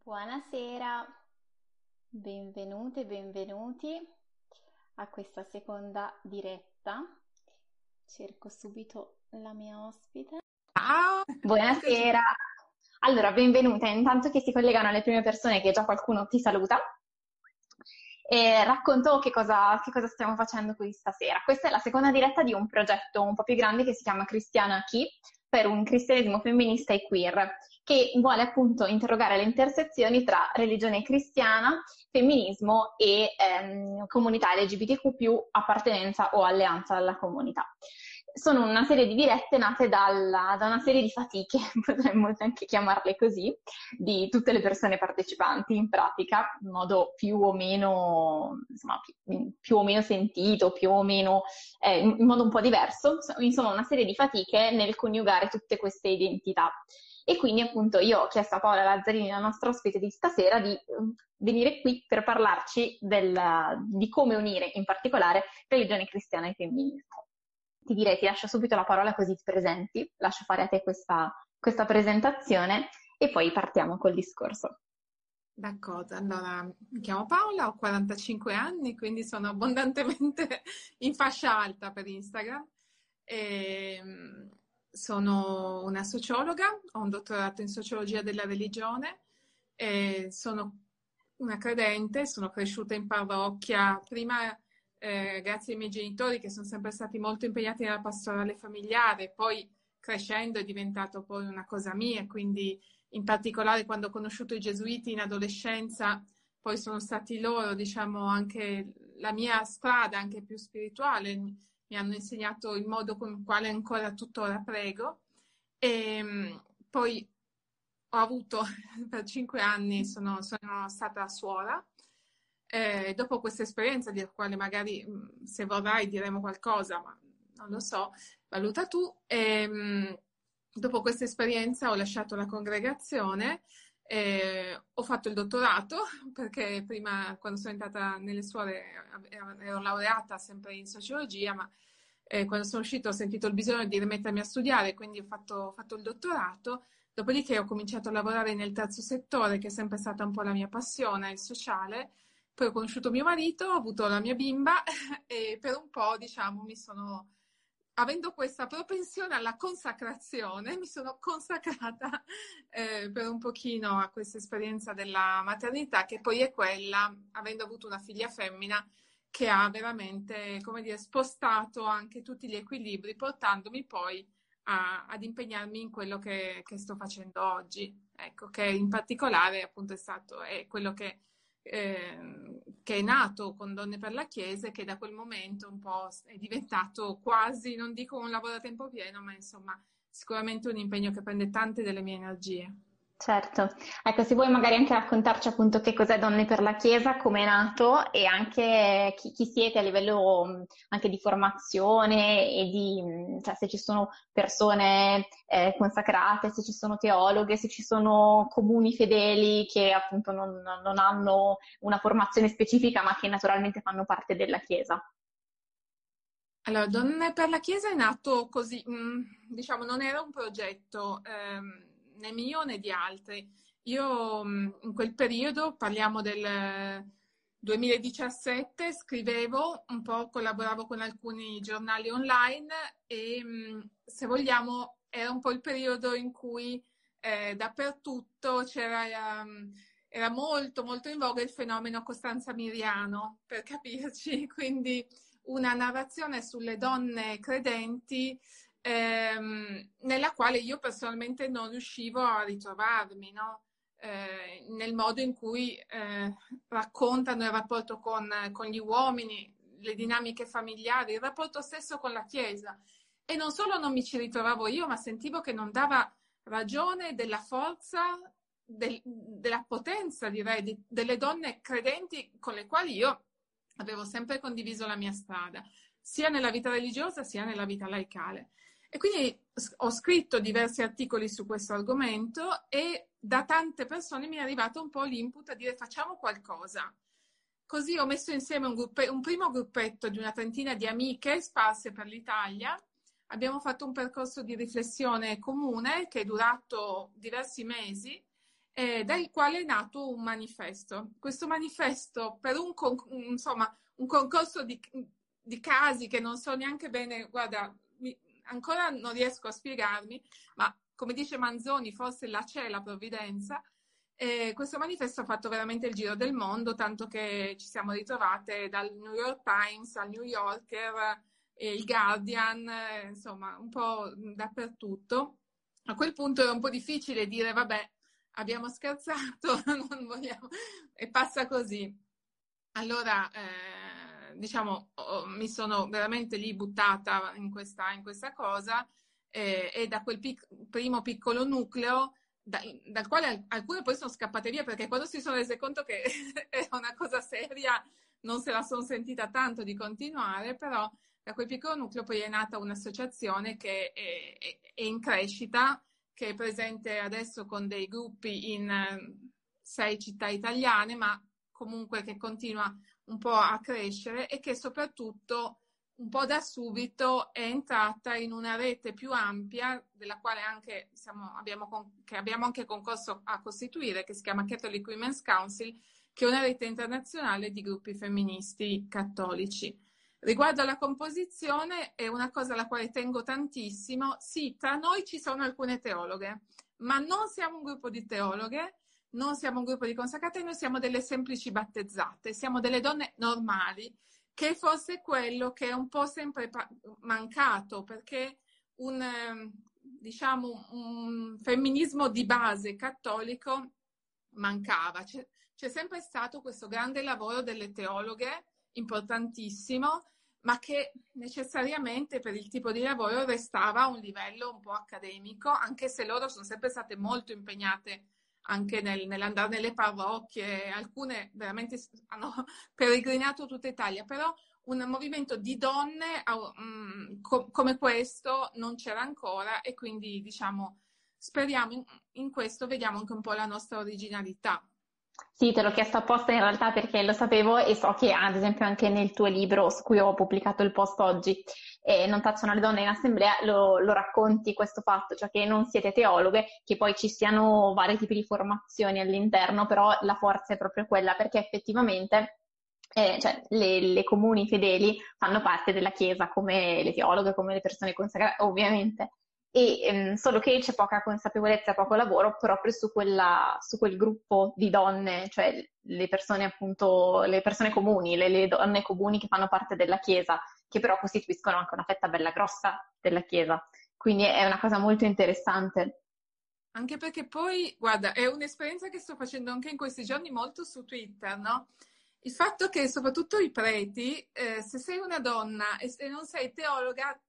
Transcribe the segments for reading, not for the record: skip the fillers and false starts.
Buonasera, benvenute e benvenuti a questa seconda diretta. Cerco subito la mia ospite. Ciao! Buonasera. Allora, benvenute. Intanto che si collegano le prime persone, che già qualcuno ti saluta, e racconto che cosa stiamo facendo qui stasera. Questa è la seconda diretta di un progetto un po' più grande che si chiama Cristiana Chi, per un cristianesimo femminista e queer, che vuole appunto interrogare le intersezioni tra religione cristiana, femminismo e comunità LGBTQ+, appartenenza o alleanza alla comunità. Sono una serie di dirette nate da una serie di fatiche, potremmo anche chiamarle così, di tutte le persone partecipanti in pratica, in modo più o meno, insomma, più o meno sentito, più o meno in modo un po' diverso, insomma una serie di fatiche nel coniugare tutte queste identità. E quindi appunto io ho chiesto a Paola Lazzarini, la nostra ospite di stasera, di venire qui per parlarci di come unire in particolare religione cristiana e femminismo. Ti direi, ti lascio subito la parola così ti presenti, lascio fare a te questa presentazione e poi partiamo col discorso. D'accordo, allora mi chiamo Paola, ho 45 anni, quindi sono abbondantemente in fascia alta per Instagram. Sono una sociologa, ho un dottorato in sociologia della religione, sono una credente, sono cresciuta in parrocchia, prima grazie ai miei genitori che sono sempre stati molto impegnati nella pastorale familiare, poi crescendo è diventato poi una cosa mia, quindi in particolare quando ho conosciuto i gesuiti in adolescenza, poi sono stati loro, diciamo, anche la mia strada anche più spirituale, mi hanno insegnato il modo con il quale ancora tuttora prego. E poi ho avuto per 5 anni, sono stata suora. Dopo questa esperienza, di quale magari se vorrai diremo qualcosa, ma non lo so, valuta tu. Dopo questa esperienza ho lasciato la congregazione, ho fatto il dottorato, perché prima quando sono entrata nelle suore ero laureata sempre in sociologia, ma quando sono uscita ho sentito il bisogno di rimettermi a studiare, quindi ho fatto il dottorato. Dopodiché ho cominciato a lavorare nel terzo settore, che è sempre stata un po' la mia passione, il sociale. Poi ho conosciuto mio marito, ho avuto la mia bimba e per un po', diciamo, avendo questa propensione alla consacrazione, mi sono consacrata per un pochino a questa esperienza della maternità, che poi è quella, avendo avuto una figlia femmina, che ha veramente, come dire, spostato anche tutti gli equilibri, portandomi poi ad impegnarmi in quello che sto facendo oggi. Ecco, che in particolare appunto è quello che è nato con Donne per la Chiesa e che da quel momento un po' è diventato quasi, non dico un lavoro a tempo pieno, ma insomma sicuramente un impegno che prende tante delle mie energie. Certo, ecco, se vuoi magari anche raccontarci appunto che cos'è Donne per la Chiesa, come è nato e anche chi siete a livello anche di formazione e cioè se ci sono persone consacrate, se ci sono teologhe, se ci sono comuni fedeli che appunto non hanno una formazione specifica ma che naturalmente fanno parte della Chiesa. Allora, Donne per la Chiesa è nato così, diciamo, non era un progetto né mio né di altri. Io in quel periodo, parliamo del 2017, scrivevo un po', collaboravo con alcuni giornali online e se vogliamo era un po' il periodo in cui dappertutto era molto molto in voga il fenomeno Costanza Miriano, per capirci, quindi una narrazione sulle donne credenti nella quale io personalmente non riuscivo a ritrovarmi, no? Nel modo in cui raccontano il rapporto con gli uomini, le dinamiche familiari, il rapporto stesso con la Chiesa. E non solo non mi ci ritrovavo io, ma sentivo che non dava ragione della forza, della potenza, direi, delle donne credenti con le quali io avevo sempre condiviso la mia strada, sia nella vita religiosa sia nella vita laicale. E quindi ho scritto diversi articoli su questo argomento e da tante persone mi è arrivato un po' l'input a dire facciamo qualcosa. Così ho messo insieme un primo gruppetto di una trentina di amiche sparse per l'Italia. Abbiamo fatto un percorso di riflessione comune che è durato diversi mesi dal quale è nato un manifesto. Questo manifesto, per insomma, un concorso di casi che non so neanche bene, guarda, ancora non riesco a spiegarmi, ma come dice Manzoni, forse là c'è la provvidenza. Questo manifesto ha fatto veramente il giro del mondo, tanto che ci siamo ritrovate dal New York Times al New Yorker, il Guardian, insomma, un po' dappertutto. A quel punto era un po' difficile dire, vabbè, abbiamo scherzato, non vogliamo, e passa così. Allora, diciamo, mi sono veramente lì buttata in questa cosa, e da quel primo piccolo nucleo, dal quale alcune poi sono scappate via, perché quando si sono rese conto che era una cosa seria non se la sono sentita tanto di continuare, però da quel piccolo nucleo poi è nata un'associazione che è in crescita, che è presente adesso con dei gruppi in 6 città italiane, ma comunque che continua un po' a crescere, e che soprattutto un po' da subito è entrata in una rete più ampia, della quale anche abbiamo anche concorso a costituire, che si chiama Catholic Women's Council, che è una rete internazionale di gruppi femministi cattolici. Riguardo alla composizione, è una cosa alla quale tengo tantissimo. Sì, tra noi ci sono alcune teologhe, ma non siamo un gruppo di teologhe, non siamo un gruppo di consacrate, noi siamo delle semplici battezzate, siamo delle donne normali, che fosse quello che è un po' sempre mancato, perché diciamo, un femminismo di base cattolico mancava. C'è sempre stato questo grande lavoro delle teologhe, importantissimo, ma che necessariamente per il tipo di lavoro restava a un livello un po' accademico, anche se loro sono sempre state molto impegnate anche nell'andare nelle parrocchie, alcune veramente hanno peregrinato tutta Italia, però un movimento di donne come questo non c'era ancora, e quindi diciamo speriamo in questo, vediamo anche un po' la nostra originalità. Sì, te l'ho chiesto apposta in realtà perché lo sapevo e so che ad esempio anche nel tuo libro su cui ho pubblicato il post oggi, Non tacciono le donne in assemblea, lo racconti questo fatto, cioè che non siete teologhe, che poi ci siano vari tipi di formazioni all'interno, però la forza è proprio quella, perché effettivamente cioè, le comuni fedeli fanno parte della Chiesa come le teologhe, come le persone consacrate, ovviamente, solo che c'è poca consapevolezza, poco lavoro proprio su quel gruppo di donne, cioè le persone appunto, le persone comuni, le donne comuni che fanno parte della Chiesa, che però costituiscono anche una fetta bella grossa della Chiesa. Quindi è una cosa molto interessante. Anche perché poi, guarda, è un'esperienza che sto facendo anche in questi giorni molto su Twitter, no? Il fatto che soprattutto i preti, se sei una donna e se non sei teologa,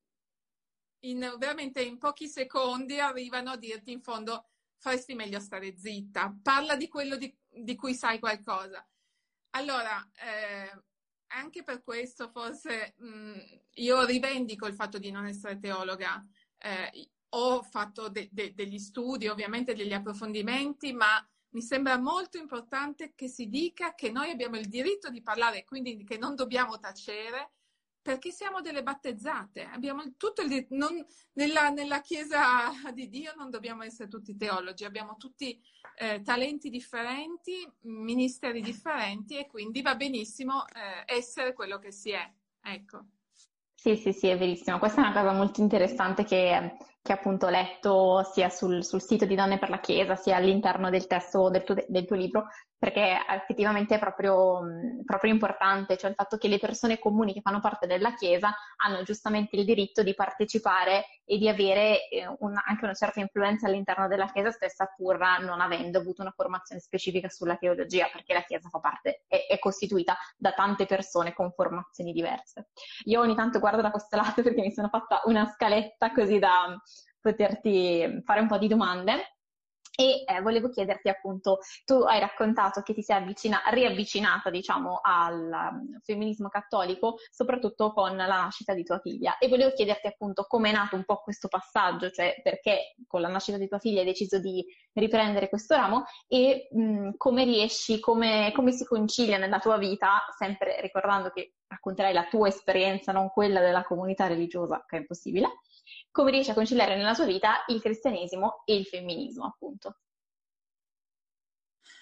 veramente in pochi secondi arrivano a dirti in fondo faresti meglio stare zitta, parla di quello di cui sai qualcosa. Allora, anche per questo forse io rivendico il fatto di non essere teologa. Ho fatto degli studi, ovviamente degli approfondimenti, ma mi sembra molto importante che si dica che noi abbiamo il diritto di parlare, quindi che non dobbiamo tacere, perché siamo delle battezzate, abbiamo tutto nella Chiesa di Dio non dobbiamo essere tutti teologi, abbiamo tutti talenti differenti, ministeri differenti, e quindi va benissimo essere quello che si è. Ecco. Sì, sì, sì, è verissimo. Questa è una cosa molto interessante che appunto ho letto sia sul sito di Donne per la Chiesa, sia all'interno del testo del tuo libro, perché effettivamente è proprio importante, cioè il fatto che le persone comuni che fanno parte della Chiesa hanno giustamente il diritto di partecipare e di avere anche una certa influenza all'interno della Chiesa stessa, pur non avendo avuto una formazione specifica sulla teologia, perché la Chiesa fa parte, è costituita da tante persone con formazioni diverse. Io ogni tanto guardo da questo lato perché mi sono fatta una scaletta così da poterti fare un po' di domande. E volevo chiederti appunto, tu hai raccontato che ti sei riavvicinata, diciamo, al femminismo cattolico, soprattutto con la nascita di tua figlia. E volevo chiederti appunto come è nato un po' questo passaggio, cioè perché con la nascita di tua figlia hai deciso di riprendere questo ramo e come riesci, come si concilia nella tua vita, sempre ricordando che racconterai la tua esperienza, non quella della comunità religiosa, che è impossibile. Come riesci a conciliare nella tua vita il cristianesimo e il femminismo, appunto?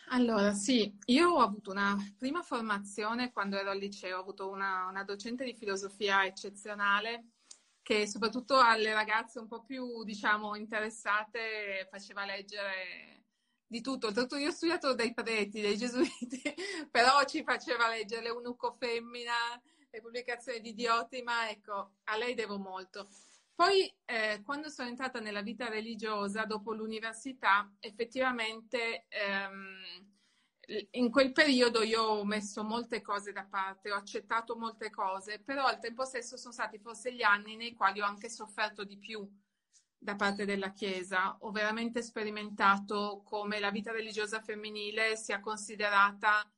Allora, sì, io ho avuto una prima formazione quando ero al liceo, ho avuto una docente di filosofia eccezionale che soprattutto alle ragazze un po' più, diciamo, interessate faceva leggere di tutto. Oltretutto io ho studiato dai preti, dei gesuiti, però ci faceva leggere l'Eunuco Femmina, le pubblicazioni di Diotima, ecco, a lei devo molto. Poi, quando sono entrata nella vita religiosa, dopo l'università, effettivamente in quel periodo io ho messo molte cose da parte, ho accettato molte cose, però al tempo stesso sono stati forse gli anni nei quali ho anche sofferto di più da parte della Chiesa. Ho veramente sperimentato come la vita religiosa femminile sia considerata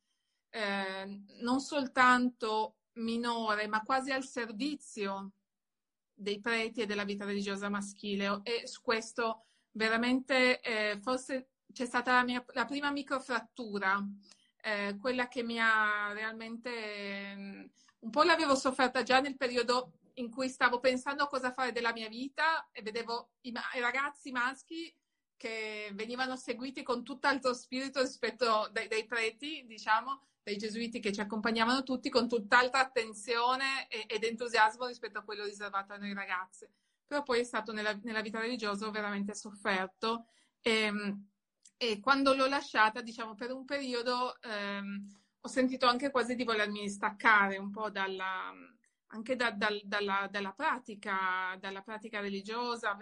non soltanto minore, ma quasi al servizio dei preti e della vita religiosa maschile. E su questo veramente forse c'è stata la prima microfrattura, quella che mi ha realmente un po' l'avevo sofferta già nel periodo in cui stavo pensando a cosa fare della mia vita e vedevo i ragazzi maschi che venivano seguiti con tutt'altro spirito rispetto dai preti, diciamo, dai gesuiti che ci accompagnavano tutti con tutt'altra attenzione ed entusiasmo rispetto a quello riservato a noi ragazze. Però poi è stato nella vita religiosa ho veramente sofferto e, e quando l'ho lasciata, diciamo, per un periodo ho sentito anche quasi di volermi staccare un po' anche dalla pratica religiosa,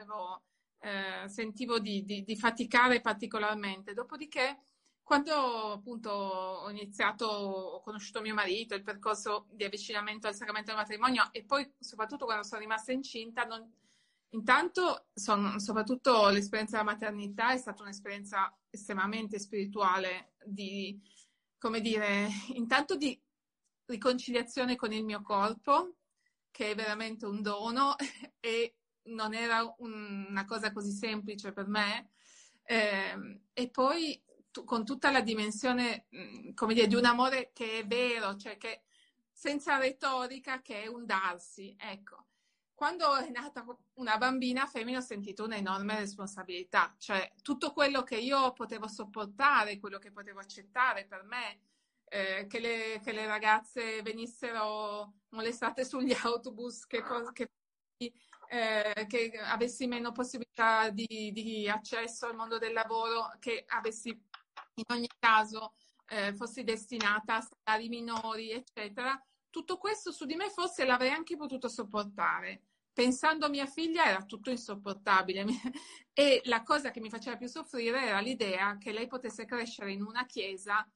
sentivo di faticare particolarmente. Dopodiché, quando appunto ho conosciuto mio marito, il percorso di avvicinamento al sacramento del matrimonio e poi soprattutto quando sono rimasta incinta, intanto soprattutto l'esperienza della maternità è stata un'esperienza estremamente spirituale come dire, intanto di riconciliazione con il mio corpo, che è veramente un dono e non era una cosa così semplice per me. E poi con tutta la dimensione, come dire, di un amore che è vero, cioè che senza retorica, che è un darsi. Ecco, quando è nata una bambina femmina ho sentito un'enorme responsabilità, cioè tutto quello che io potevo sopportare, quello che potevo accettare per me, che le ragazze venissero molestate sugli autobus, che avessi meno possibilità di accesso al mondo del lavoro, che avessi in ogni caso fossi destinata a salari minori, eccetera. Tutto questo su di me forse l'avrei anche potuto sopportare. Pensando a mia figlia era tutto insopportabile e la cosa che mi faceva più soffrire era l'idea che lei potesse crescere in una chiesa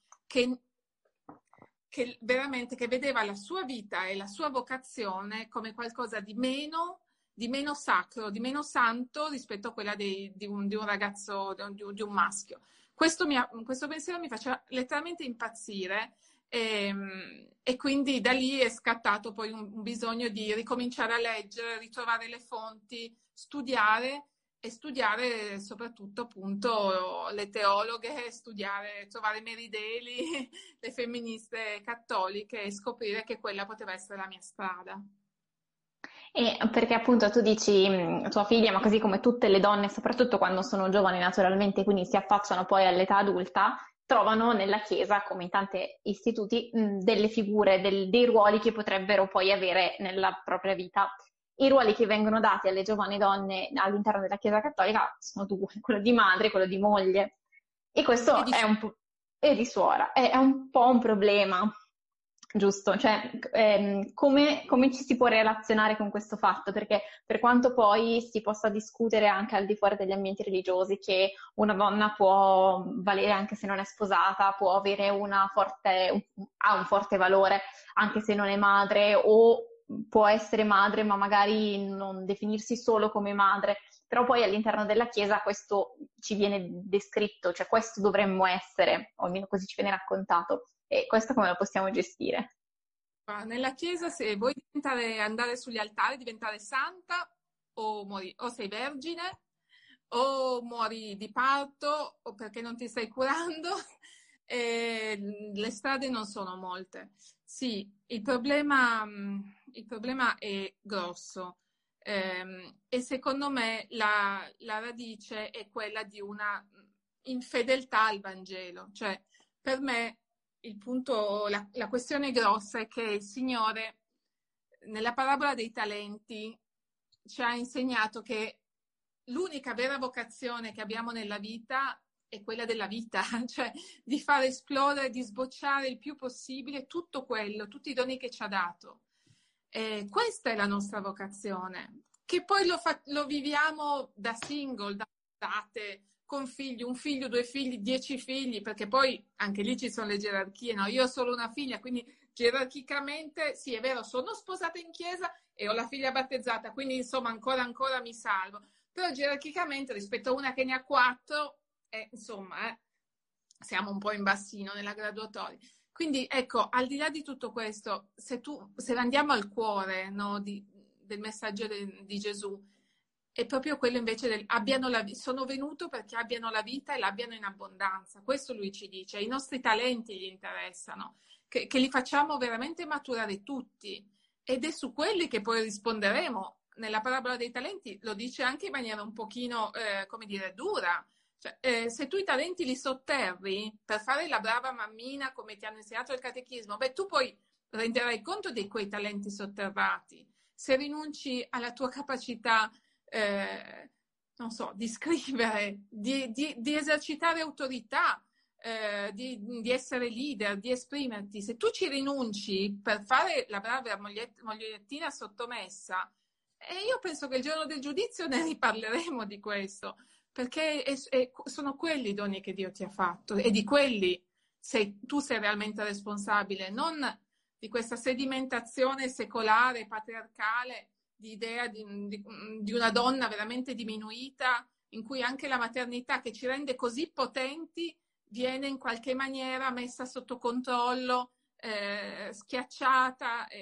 che veramente che vedeva la sua vita e la sua vocazione come qualcosa di meno sacro, di meno santo rispetto a quella di un ragazzo, di un maschio. Questo pensiero mi faceva letteralmente impazzire e quindi da lì è scattato poi un bisogno di ricominciare a leggere, ritrovare le fonti, studiare e studiare soprattutto appunto le teologhe, trovare Merideli, le femministe cattoliche e scoprire che quella poteva essere la mia strada. E perché appunto tu dici tua figlia, ma così come tutte le donne, soprattutto quando sono giovani naturalmente, quindi si affacciano poi all'età adulta, trovano nella Chiesa, come in tanti istituti, delle figure, dei ruoli che potrebbero poi avere nella propria vita. I ruoli che vengono dati alle giovani donne all'interno della Chiesa cattolica sono due, quello di madre e quello di moglie. E E questo di è un po', e di suora, è un po' un problema. Giusto, cioè come ci si può relazionare con questo fatto? Perché per quanto poi si possa discutere anche al di fuori degli ambienti religiosi che una donna può valere anche se non è sposata, può avere ha un forte valore anche se non è madre o può essere madre ma magari non definirsi solo come madre, però poi all'interno della Chiesa questo ci viene descritto, cioè questo dovremmo essere, o almeno così ci viene raccontato. E questo come lo possiamo gestire? Nella chiesa, se vuoi andare sugli altari, diventare santa, o sei vergine, o muori di parto, o perché non ti stai curando. Le strade non sono molte. Sì, il problema è grosso. E secondo me la radice è quella di una infedeltà al Vangelo, cioè per me il punto, la questione grossa è che il Signore, nella parabola dei talenti, ci ha insegnato che l'unica vera vocazione che abbiamo nella vita è quella della vita, cioè di far esplodere, di sbocciare il più possibile tutto quello, tutti i doni che ci ha dato. Questa è la nostra vocazione, che poi lo viviamo da single, da state, con figli, un figlio, 2 figli, 10 figli, perché poi anche lì ci sono le gerarchie, no? Io ho solo una figlia, quindi gerarchicamente sì, è vero, sono sposata in chiesa e ho la figlia battezzata, quindi insomma ancora mi salvo. Però gerarchicamente rispetto a una che ne ha 4, insomma, siamo un po' in bassino nella graduatoria. Quindi ecco, al di là di tutto questo, se andiamo al cuore, no, del messaggio di Gesù, è proprio quello invece sono venuto perché abbiano la vita e l'abbiano in abbondanza. Questo lui ci dice, i nostri talenti gli interessano, che li facciamo veramente maturare tutti, ed è su quelli che poi risponderemo. Nella parabola dei talenti lo dice anche in maniera un pochino, come dire, dura. Cioè, se tu i talenti li sotterri per fare la brava mammina come ti hanno insegnato il catechismo, beh, tu poi renderai conto di quei talenti sotterrati. Se rinunci alla tua capacità, non so, di scrivere, di esercitare autorità, di essere leader, di esprimerti, se tu ci rinunci per fare la brava mogliettina sottomessa, io penso che il giorno del giudizio ne riparleremo di questo, perché sono quelli i doni che Dio ti ha fatto e di quelli tu sei realmente responsabile, non di questa sedimentazione secolare, patriarcale, di idea di una donna veramente diminuita, in cui anche la maternità, che ci rende così potenti, viene in qualche maniera messa sotto controllo, schiacciata,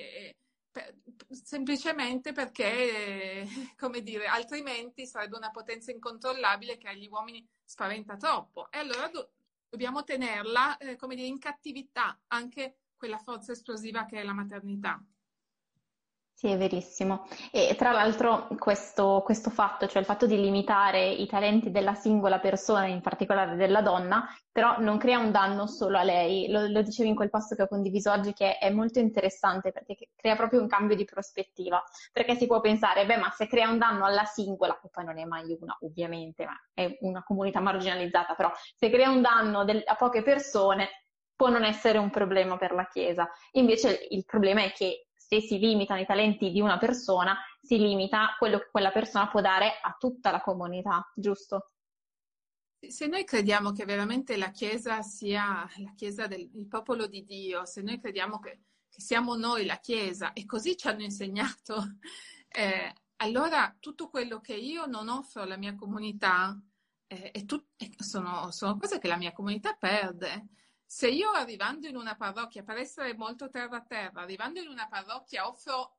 semplicemente perché, come dire, altrimenti sarebbe una potenza incontrollabile che agli uomini spaventa troppo. E allora dobbiamo tenerla, come dire, in cattività, anche quella forza esplosiva che è la maternità. Sì, è verissimo. E tra l'altro questo fatto, cioè il fatto di limitare i talenti della singola persona, in particolare della donna, però non crea un danno solo a lei. Lo dicevi in quel posto che ho condiviso oggi, che è molto interessante perché crea proprio un cambio di prospettiva. Perché si può pensare, beh, ma se crea un danno alla singola, che poi non è mai una, ovviamente, ma è una comunità marginalizzata, però se crea un danno a poche persone, può non essere un problema per la Chiesa. Invece il problema è che se si limitano i talenti di una persona, si limita quello che quella persona può dare a tutta la comunità, giusto? Se noi crediamo che veramente la Chiesa sia la Chiesa del popolo di Dio, se noi crediamo che siamo noi la Chiesa, e così ci hanno insegnato, allora tutto quello che io non offro alla mia comunità sono cose che la mia comunità perde. Se io arrivando in una parrocchia, per essere molto terra a terra, arrivando in una parrocchia offro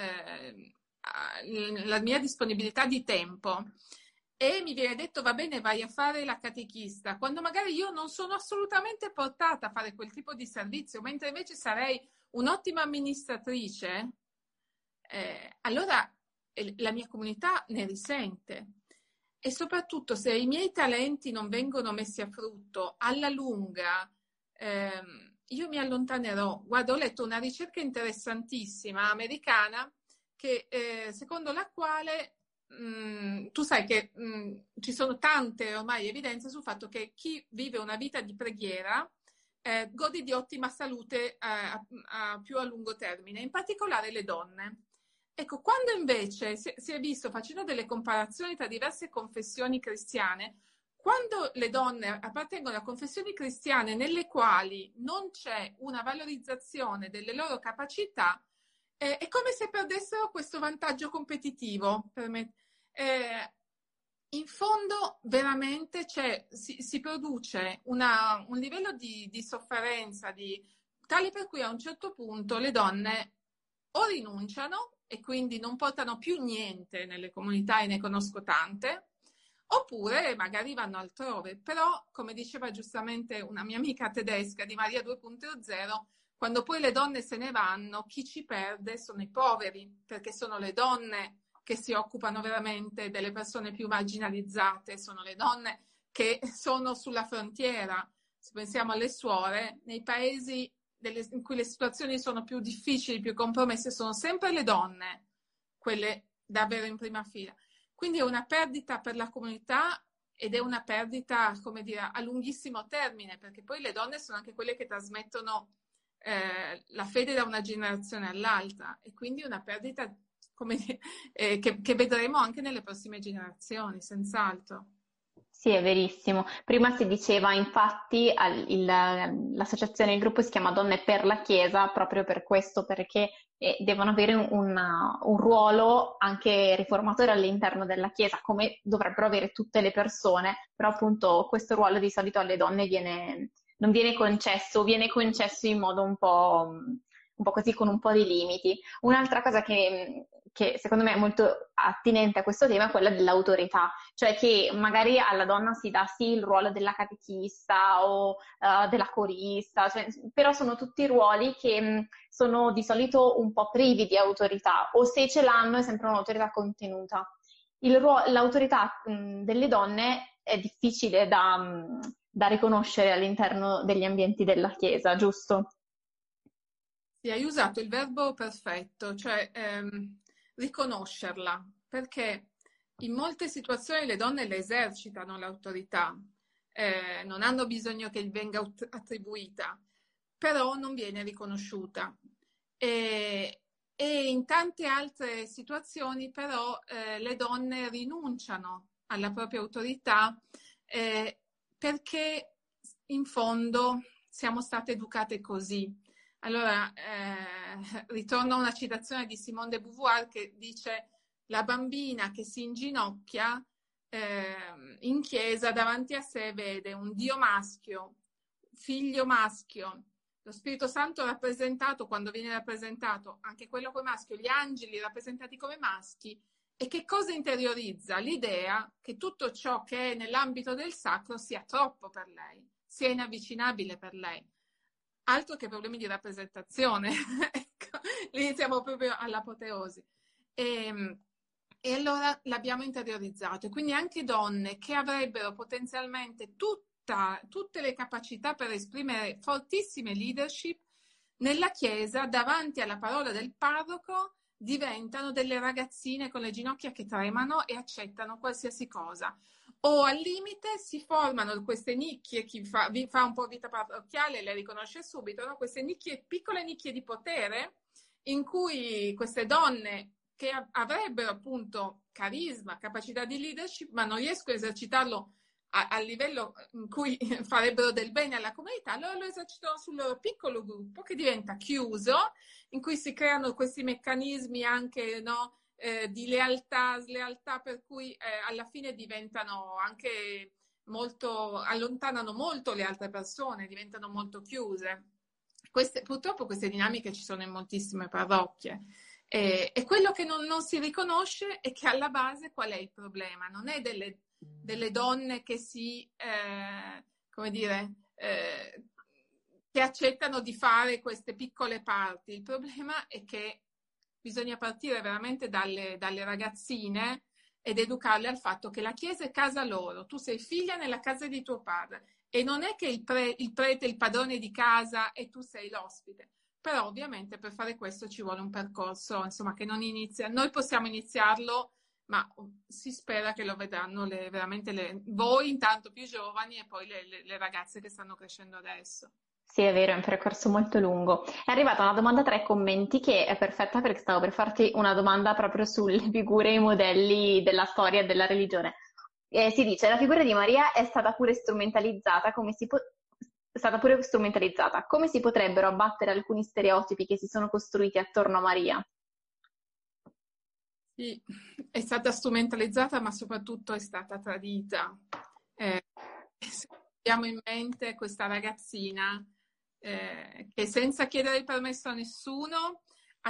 la mia disponibilità di tempo e mi viene detto va bene, vai a fare la catechista, quando magari io non sono assolutamente portata a fare quel tipo di servizio, mentre invece sarei un'ottima amministratrice, allora la mia comunità ne risente. E soprattutto se i miei talenti non vengono messi a frutto, alla lunga io mi allontanerò. Guarda, ho letto una ricerca interessantissima americana secondo la quale tu sai che ci sono tante ormai evidenze sul fatto che chi vive una vita di preghiera gode di ottima salute più a lungo termine, in particolare le donne. Ecco, quando invece si è visto, facendo delle comparazioni tra diverse confessioni cristiane, quando le donne appartengono a confessioni cristiane nelle quali non c'è una valorizzazione delle loro capacità, è come se perdessero questo vantaggio competitivo. In fondo veramente si produce un livello di sofferenza tale per cui a un certo punto le donne o rinunciano e quindi non portano più niente nelle comunità, e ne conosco tante, oppure magari vanno altrove. Però, come diceva giustamente una mia amica tedesca di Maria 2.0, quando poi le donne se ne vanno, chi ci perde sono i poveri, perché sono le donne che si occupano veramente delle persone più marginalizzate, sono le donne che sono sulla frontiera. se pensiamo alle suore, nei paesi in cui le situazioni sono più difficili, più compromesse, sono sempre le donne, quelle da avere in prima fila. Quindi è una perdita per la comunità ed è una perdita, come dire, a lunghissimo termine, perché poi le donne sono anche quelle che trasmettono la fede da una generazione all'altra, e quindi una perdita, come dire, che vedremo anche nelle prossime generazioni, senz'altro. Sì, è verissimo. Prima si diceva, infatti, l'associazione, il gruppo si chiama Donne per la Chiesa proprio per questo, perché devono avere un ruolo anche riformatore all'interno della Chiesa, come dovrebbero avere tutte le persone, però appunto questo ruolo di solito alle donne non viene concesso, viene concesso in modo un po' così, con un po' di limiti. Un'altra cosa che secondo me è molto attinente a questo tema è quella dell'autorità, cioè che magari alla donna si dà sì il ruolo della catechista o della corista, cioè, però sono tutti ruoli che sono di solito un po' privi di autorità, o se ce l'hanno è sempre un'autorità contenuta. L'autorità delle donne è difficile da riconoscere all'interno degli ambienti della Chiesa, giusto? Sì, hai usato il verbo perfetto, cioè riconoscerla, perché in molte situazioni le donne le esercitano l'autorità, non hanno bisogno che gli venga attribuita, però non viene riconosciuta. E in tante altre situazioni però le donne rinunciano alla propria autorità perché in fondo siamo state educate così. Allora, ritorno a una citazione di Simone de Beauvoir che dice: la bambina che si inginocchia in chiesa davanti a sé vede un Dio maschio, figlio maschio, lo Spirito Santo rappresentato, quando viene rappresentato anche quello come maschio, gli angeli rappresentati come maschi, e che cosa interiorizza? L'idea che tutto ciò che è nell'ambito del sacro sia troppo per lei, sia inavvicinabile per lei. Altro che problemi di rappresentazione, ecco, lì siamo proprio all'apoteosi. E allora l'abbiamo interiorizzato. E quindi anche donne che avrebbero potenzialmente tutte le capacità per esprimere fortissime leadership, nella Chiesa, davanti alla parola del parroco, diventano delle ragazzine con le ginocchia che tremano e accettano qualsiasi cosa. O al limite si formano queste nicchie, chi fa un po' vita parrocchiale le riconosce subito, no? Queste nicchie, piccole nicchie di potere, in cui queste donne che avrebbero appunto carisma, capacità di leadership, ma non riescono a esercitarlo a livello in cui farebbero del bene alla comunità, allora lo esercitano sul loro piccolo gruppo che diventa chiuso, in cui si creano questi meccanismi anche, no, di lealtà, slealtà, per cui alla fine diventano anche allontanano molto le altre persone, diventano molto chiuse. Purtroppo queste dinamiche ci sono in moltissime parrocchie. E quello che non si riconosce è che alla base qual è il problema? Non è delle donne che come dire, che accettano di fare queste piccole parti. Il problema è che bisogna partire veramente dalle ragazzine ed educarle al fatto che la Chiesa è casa loro. Tu sei figlia nella casa di tuo padre e non è che il prete è il padrone di casa e tu sei l'ospite. Però ovviamente per fare questo ci vuole un percorso, insomma, che non inizia. Noi possiamo iniziarlo, ma si spera che lo vedranno veramente voi intanto più giovani e poi le ragazze che stanno crescendo adesso. Sì, è vero, è un percorso molto lungo. È arrivata una domanda tra i commenti che è perfetta perché stavo per farti una domanda proprio sulle figure e i modelli della storia e della religione. Si dice, la figura di Maria è stata pure strumentalizzata, è stata pure strumentalizzata. Come si potrebbero abbattere alcuni stereotipi che si sono costruiti attorno a Maria? Sì, è stata strumentalizzata, ma soprattutto è stata tradita. Abbiamo in mente questa ragazzina che senza chiedere il permesso a nessuno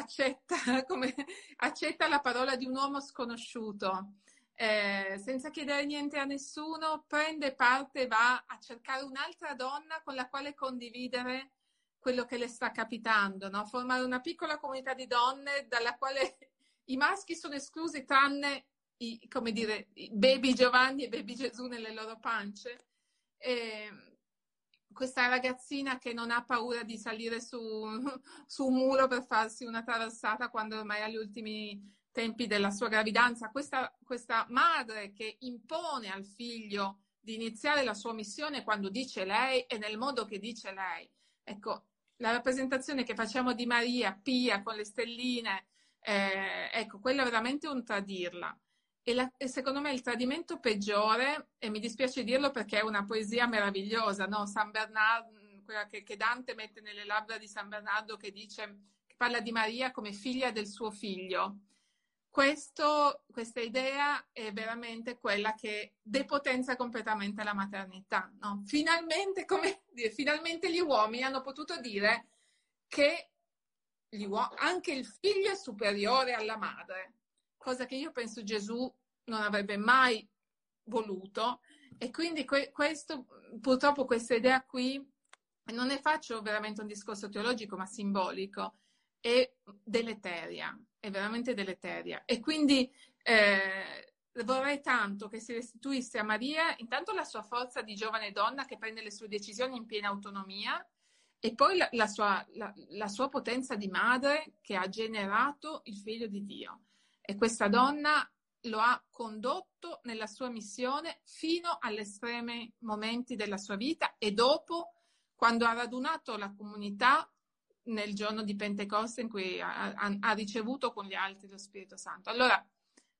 accetta la parola di un uomo sconosciuto, senza chiedere niente a nessuno, prende parte e va a cercare un'altra donna con la quale condividere quello che le sta capitando, no? Formare una piccola comunità di donne dalla quale i maschi sono esclusi tranne come dire, i baby Giovanni e baby Gesù nelle loro pance. questa ragazzina che non ha paura di salire su un muro per farsi una traversata quando ormai è agli ultimi tempi della sua gravidanza, questa madre che impone al figlio di iniziare la sua missione quando dice lei e nel modo che dice lei. Ecco, la rappresentazione che facciamo di Maria, pia, con le stelline, ecco, quella è veramente un tradirla. E secondo me il tradimento peggiore, e mi dispiace dirlo perché è una poesia meravigliosa, no? San Bernardo, quella che Dante mette nelle labbra di San Bernardo, che parla di Maria come figlia del suo figlio. Questa idea è veramente quella che depotenza completamente la maternità, no? Finalmente, finalmente gli uomini hanno potuto dire che anche il figlio è superiore alla madre, cosa che io penso Gesù non avrebbe mai voluto, e quindi purtroppo questa idea qui, non ne faccio veramente un discorso teologico ma simbolico, è deleteria, è veramente deleteria, e quindi vorrei tanto che si restituisse a Maria intanto la sua forza di giovane donna che prende le sue decisioni in piena autonomia, e poi la sua potenza di madre che ha generato il figlio di Dio. E questa donna lo ha condotto nella sua missione fino agli estremi momenti della sua vita, e dopo, quando ha radunato la comunità nel giorno di Pentecoste in cui ha ricevuto con gli altri lo Spirito Santo. Allora,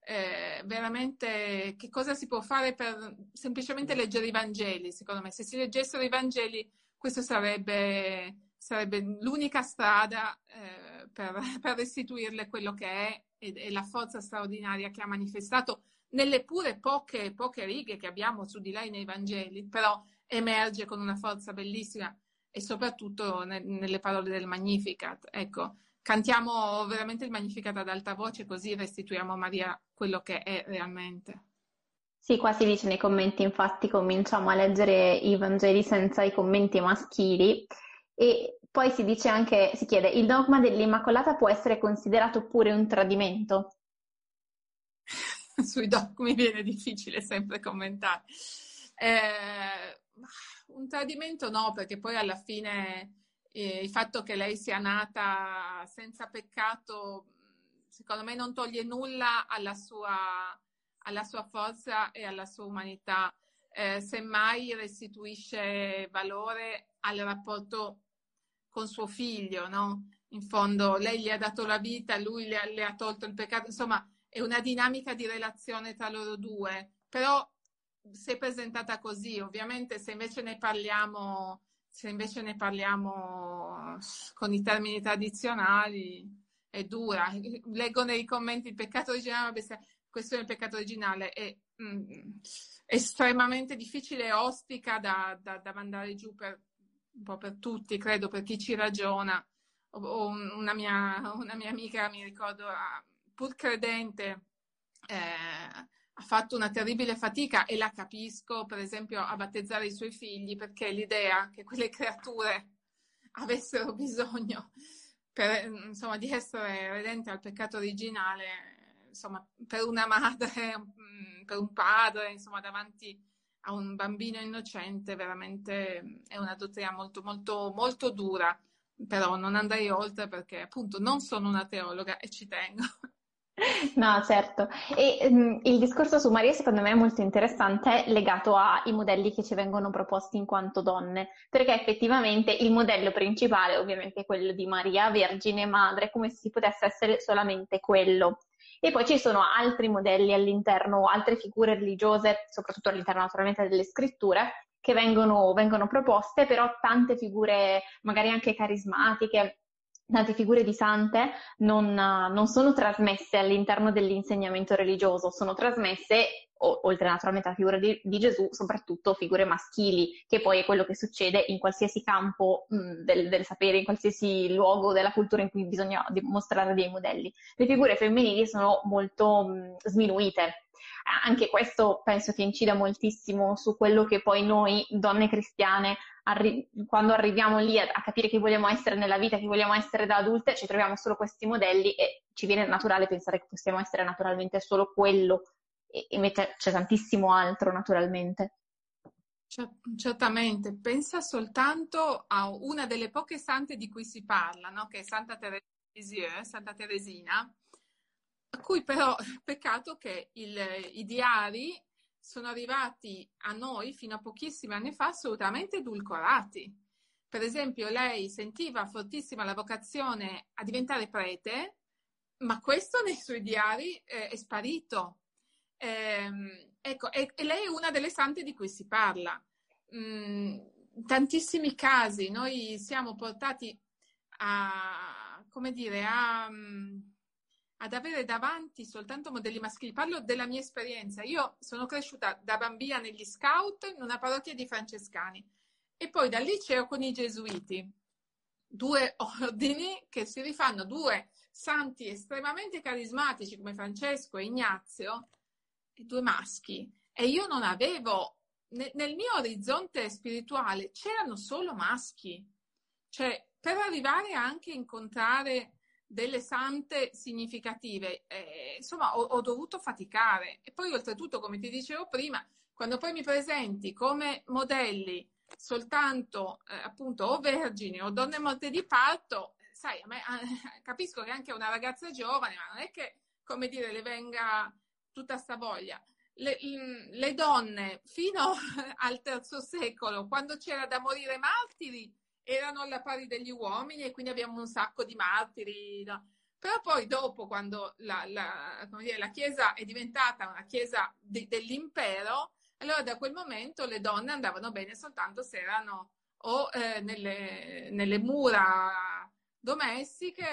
veramente, che cosa si può fare per semplicemente leggere i Vangeli? Secondo me, se si leggessero i Vangeli, questo sarebbe l'unica strada per restituirle quello che è e la forza straordinaria che ha manifestato nelle pure poche righe che abbiamo su di lei nei Vangeli, però emerge con una forza bellissima, e soprattutto nelle parole del Magnificat. Ecco, cantiamo veramente il Magnificat ad alta voce, così restituiamo a Maria quello che è realmente. Sì, qua si dice nei commenti, infatti cominciamo a leggere i Vangeli senza i commenti maschili, e poi si dice anche, si chiede, il dogma dell'Immacolata può essere considerato pure un tradimento? Sui dogmi viene difficile sempre commentare. Un tradimento no, perché poi alla fine il fatto che lei sia nata senza peccato, secondo me non toglie nulla alla sua forza e alla sua umanità, semmai restituisce valore al rapporto con suo figlio, no? In fondo lei gli ha dato la vita, lui le ha tolto il peccato, insomma è una dinamica di relazione tra loro due, però se presentata così, ovviamente se invece ne parliamo con i termini tradizionali è dura. Leggo nei commenti il peccato originale, la questione del peccato originale è estremamente difficile e ostica da mandare giù un po' per tutti, credo, per chi ci ragiona. Una mia amica, mi ricordo, pur credente, ha fatto una terribile fatica, e la capisco, per esempio, a battezzare i suoi figli, perché l'idea che quelle creature avessero bisogno insomma, di essere redente al peccato originale, insomma, per una madre, per un padre, insomma, davanti a un bambino innocente, veramente è una dottrina molto, molto, molto dura. Però non andrei oltre perché appunto non sono una teologa e ci tengo. No, certo. E il discorso su Maria secondo me è molto interessante, legato ai modelli che ci vengono proposti in quanto donne, perché effettivamente il modello principale ovviamente è quello di Maria, Vergine Madre, come se si potesse essere solamente quello. E poi ci sono altri modelli all'interno, altre figure religiose, soprattutto all'interno naturalmente delle scritture, che vengono proposte, però tante figure magari anche carismatiche, tante figure di sante non sono trasmesse all'interno dell'insegnamento religioso, sono trasmesse, oltre naturalmente alla figura di Gesù, soprattutto figure maschili, che poi è quello che succede in qualsiasi campo del sapere, in qualsiasi luogo della cultura in cui bisogna dimostrare dei modelli. Le figure femminili sono molto sminuite. Anche questo penso che incida moltissimo su quello che poi noi, donne cristiane, quando arriviamo lì a capire chi vogliamo essere nella vita, chi vogliamo essere da adulte, ci troviamo solo questi modelli e ci viene naturale pensare che possiamo essere naturalmente solo quello, e invece c'è tantissimo altro naturalmente. Certamente, pensa soltanto a una delle poche sante di cui si parla, no? Che è Santa Teresa di Lisieux, Santa Teresina, a cui però peccato che i diari sono arrivati a noi fino a pochissimi anni fa assolutamente edulcorati. Per esempio, lei sentiva fortissima la vocazione a diventare prete, ma questo nei suoi diari è sparito. Ecco, e lei è una delle sante di cui si parla. Tantissimi casi, noi siamo portati a, come dire, ad avere davanti soltanto modelli maschili. Parlo della mia esperienza. Io sono cresciuta da bambina negli scout in una parrocchia di francescani e poi dal liceo con i gesuiti. Due ordini che si rifanno, due santi estremamente carismatici come Francesco e Ignazio, e due maschi. E io non avevo, nel mio orizzonte spirituale c'erano solo maschi. Cioè, per arrivare anche a incontrare delle sante significative, insomma, ho dovuto faticare. E poi, oltretutto, come ti dicevo prima, quando poi mi presenti come modelli soltanto, appunto, o vergini o donne morte di parto, sai, capisco che anche una ragazza giovane, ma non è che, come dire, le venga tutta sta voglia. Le donne fino al III secolo, quando c'era da morire martiri, erano alla pari degli uomini e quindi abbiamo un sacco di martiri. No? Però poi dopo, quando come dire, la Chiesa è diventata una Chiesa dell'impero, allora da quel momento le donne andavano bene soltanto se erano o nelle mura domestiche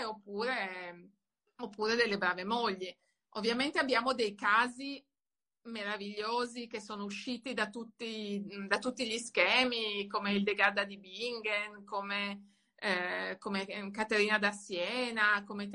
oppure delle brave mogli. Ovviamente abbiamo dei casi meravigliosi che sono usciti da tutti gli schemi, come il De Gadda di Bingen, come Caterina da Siena, come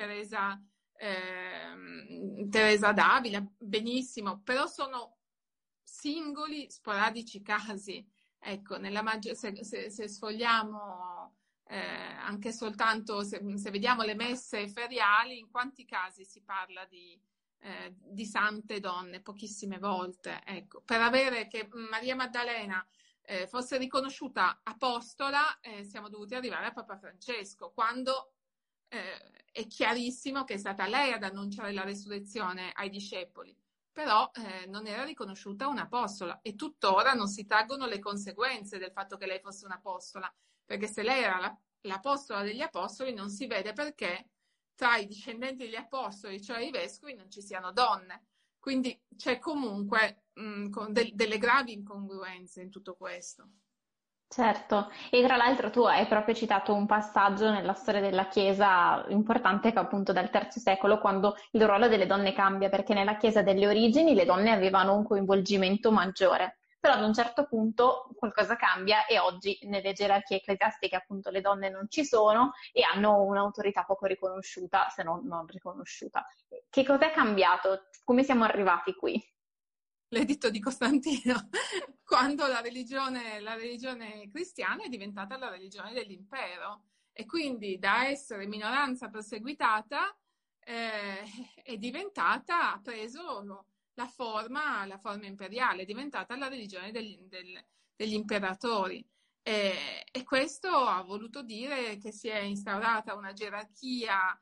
Teresa d'Avila, benissimo, però sono singoli, sporadici casi. Ecco, se sfogliamo anche soltanto, se vediamo le messe feriali, in quanti casi si parla di sante donne, pochissime volte. Ecco, per avere che Maria Maddalena fosse riconosciuta apostola, siamo dovuti arrivare a Papa Francesco, quando è chiarissimo che è stata lei ad annunciare la resurrezione ai discepoli, però non era riconosciuta un'apostola e tuttora non si traggono le conseguenze del fatto che lei fosse un'apostola, perché se lei era l'apostola degli apostoli non si vede perché tra i discendenti degli apostoli, cioè i vescovi, non ci siano donne. Quindi c'è comunque delle gravi incongruenze in tutto questo. Certo, e tra l'altro tu hai proprio citato un passaggio nella storia della Chiesa importante che è appunto dal III secolo, quando il ruolo delle donne cambia, perché nella Chiesa delle origini le donne avevano un coinvolgimento maggiore, però ad un certo punto qualcosa cambia e oggi nelle gerarchie ecclesiastiche appunto le donne non ci sono e hanno un'autorità poco riconosciuta, se non riconosciuta. Che cos'è cambiato? Come siamo arrivati qui? L'editto di Costantino, quando la religione cristiana è diventata la religione dell'impero e quindi da essere minoranza perseguitata è diventata, ha preso la forma imperiale, è diventata la religione degli imperatori. E questo ha voluto dire che si è instaurata una gerarchia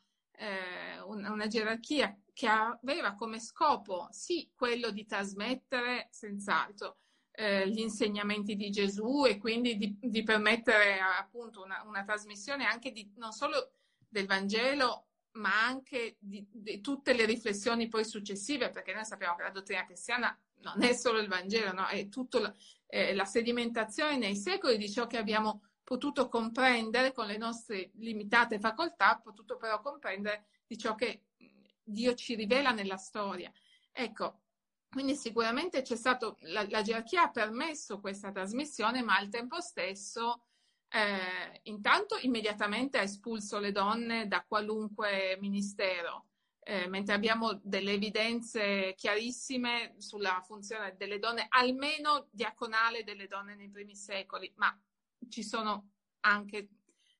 che aveva come scopo sì quello di trasmettere senz'altro gli insegnamenti di Gesù e quindi di permettere appunto una trasmissione anche non solo del Vangelo ma anche di tutte le riflessioni poi successive, perché noi sappiamo che la dottrina cristiana non è solo il Vangelo, no? È tutta la sedimentazione nei secoli di ciò che abbiamo potuto comprendere con le nostre limitate facoltà, potuto però comprendere di ciò che Dio ci rivela nella storia. Ecco, quindi sicuramente c'è stato, la gerarchia ha permesso questa trasmissione, ma al tempo stesso intanto immediatamente ha espulso le donne da qualunque ministero, mentre abbiamo delle evidenze chiarissime sulla funzione delle donne, almeno diaconale delle donne nei primi secoli, ma ci sono anche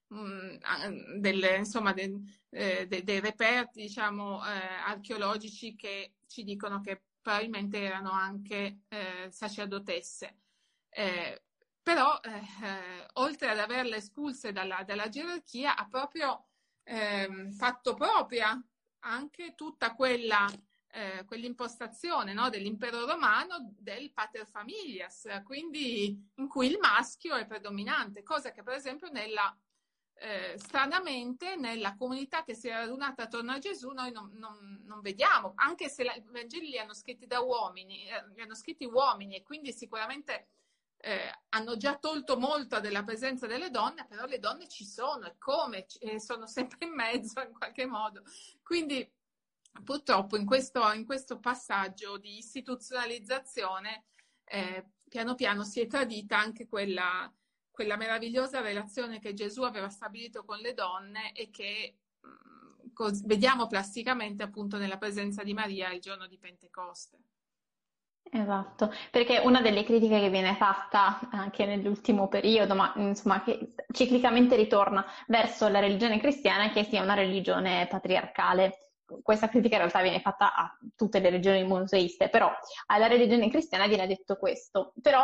dei reperti, diciamo, archeologici che ci dicono che probabilmente erano anche sacerdotesse. però oltre ad averle espulse dalla gerarchia, ha proprio fatto propria anche tutta quell'impostazione, no, dell'impero romano del pater familias, quindi in cui il maschio è predominante, cosa che per esempio stranamente nella comunità che si è radunata attorno a Gesù noi non vediamo, anche se i Vangeli li hanno scritti da uomini, li hanno scritti uomini e quindi sicuramente hanno già tolto molto della presenza delle donne, però le donne ci sono e come, sono sempre in mezzo in qualche modo. Quindi purtroppo in questo passaggio di istituzionalizzazione piano piano si è tradita anche quella meravigliosa relazione che Gesù aveva stabilito con le donne e che vediamo plasticamente appunto nella presenza di Maria il giorno di Pentecoste. Esatto, perché una delle critiche che viene fatta anche nell'ultimo periodo, ma insomma che ciclicamente ritorna verso la religione cristiana, è che sia una religione patriarcale. Questa critica in realtà viene fatta a tutte le religioni monoteiste, però alla religione cristiana viene detto questo. Però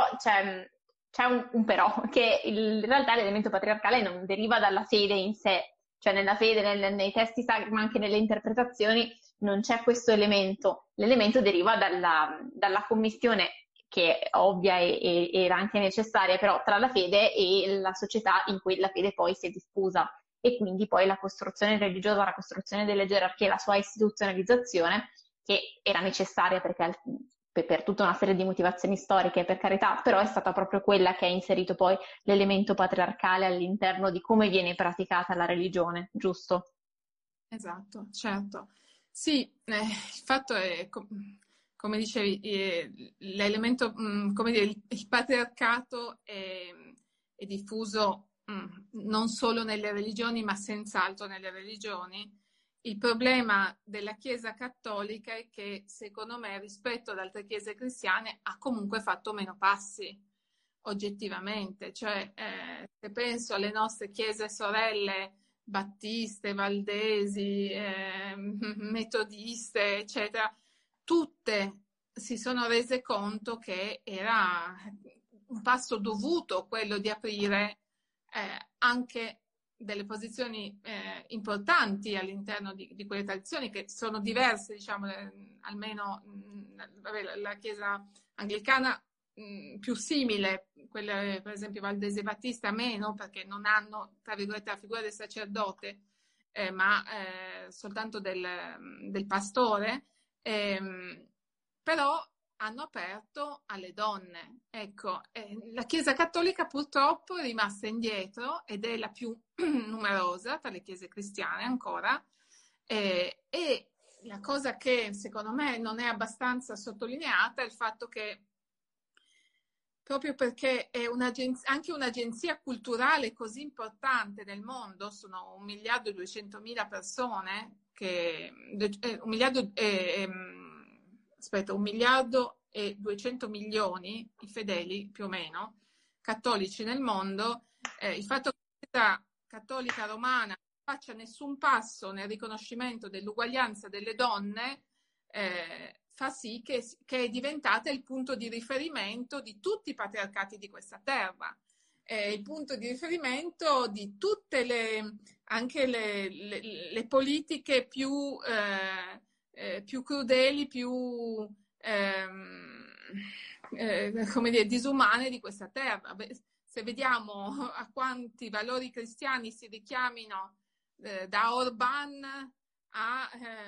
c'è un però, che in realtà l'elemento patriarcale non deriva dalla fede in sé, cioè nella fede, nei testi sacri, ma anche nelle interpretazioni non c'è questo elemento. L'elemento deriva dalla commissione, che è ovvia e era anche necessaria, però tra la fede e la società in cui la fede poi si è diffusa. E quindi poi la costruzione religiosa, la costruzione delle gerarchie, la sua istituzionalizzazione, che era necessaria perché per tutta una serie di motivazioni storiche, per carità, però è stata proprio quella che ha inserito poi l'elemento patriarcale all'interno di come viene praticata la religione, giusto? Esatto, certo. Sì, il fatto è, come dicevi, l'elemento, come dire, il patriarcato è diffuso non solo nelle religioni, ma senz'altro nelle religioni. Il problema della Chiesa cattolica è che, secondo me, rispetto ad altre chiese cristiane, ha comunque fatto meno passi, oggettivamente. Cioè, se penso alle nostre chiese sorelle, battiste, valdesi, metodiste, eccetera, tutte si sono rese conto che era un passo dovuto quello di aprire anche delle posizioni importanti all'interno di quelle tradizioni che sono diverse, diciamo, almeno la Chiesa anglicana più simile, quelle per esempio valdese e battista meno, perché non hanno, tra virgolette, la figura del sacerdote, ma soltanto del pastore, però hanno aperto alle donne. Ecco, la Chiesa cattolica purtroppo è rimasta indietro ed è la più numerosa tra le chiese cristiane ancora, e la cosa che secondo me non è abbastanza sottolineata è il fatto che proprio perché è anche un'agenzia culturale così importante nel mondo, sono 1.200.000 persone, 1.200.000.000 i fedeli più o meno, cattolici nel mondo, il fatto che la Chiesa cattolica romana non faccia nessun passo nel riconoscimento dell'uguaglianza delle donne, fa sì che è diventata il punto di riferimento di tutti i patriarcati di questa terra, il punto di riferimento di tutte anche le politiche più crudeli, più come dire, disumane di questa terra. Se vediamo a quanti valori cristiani si richiamino da Orban a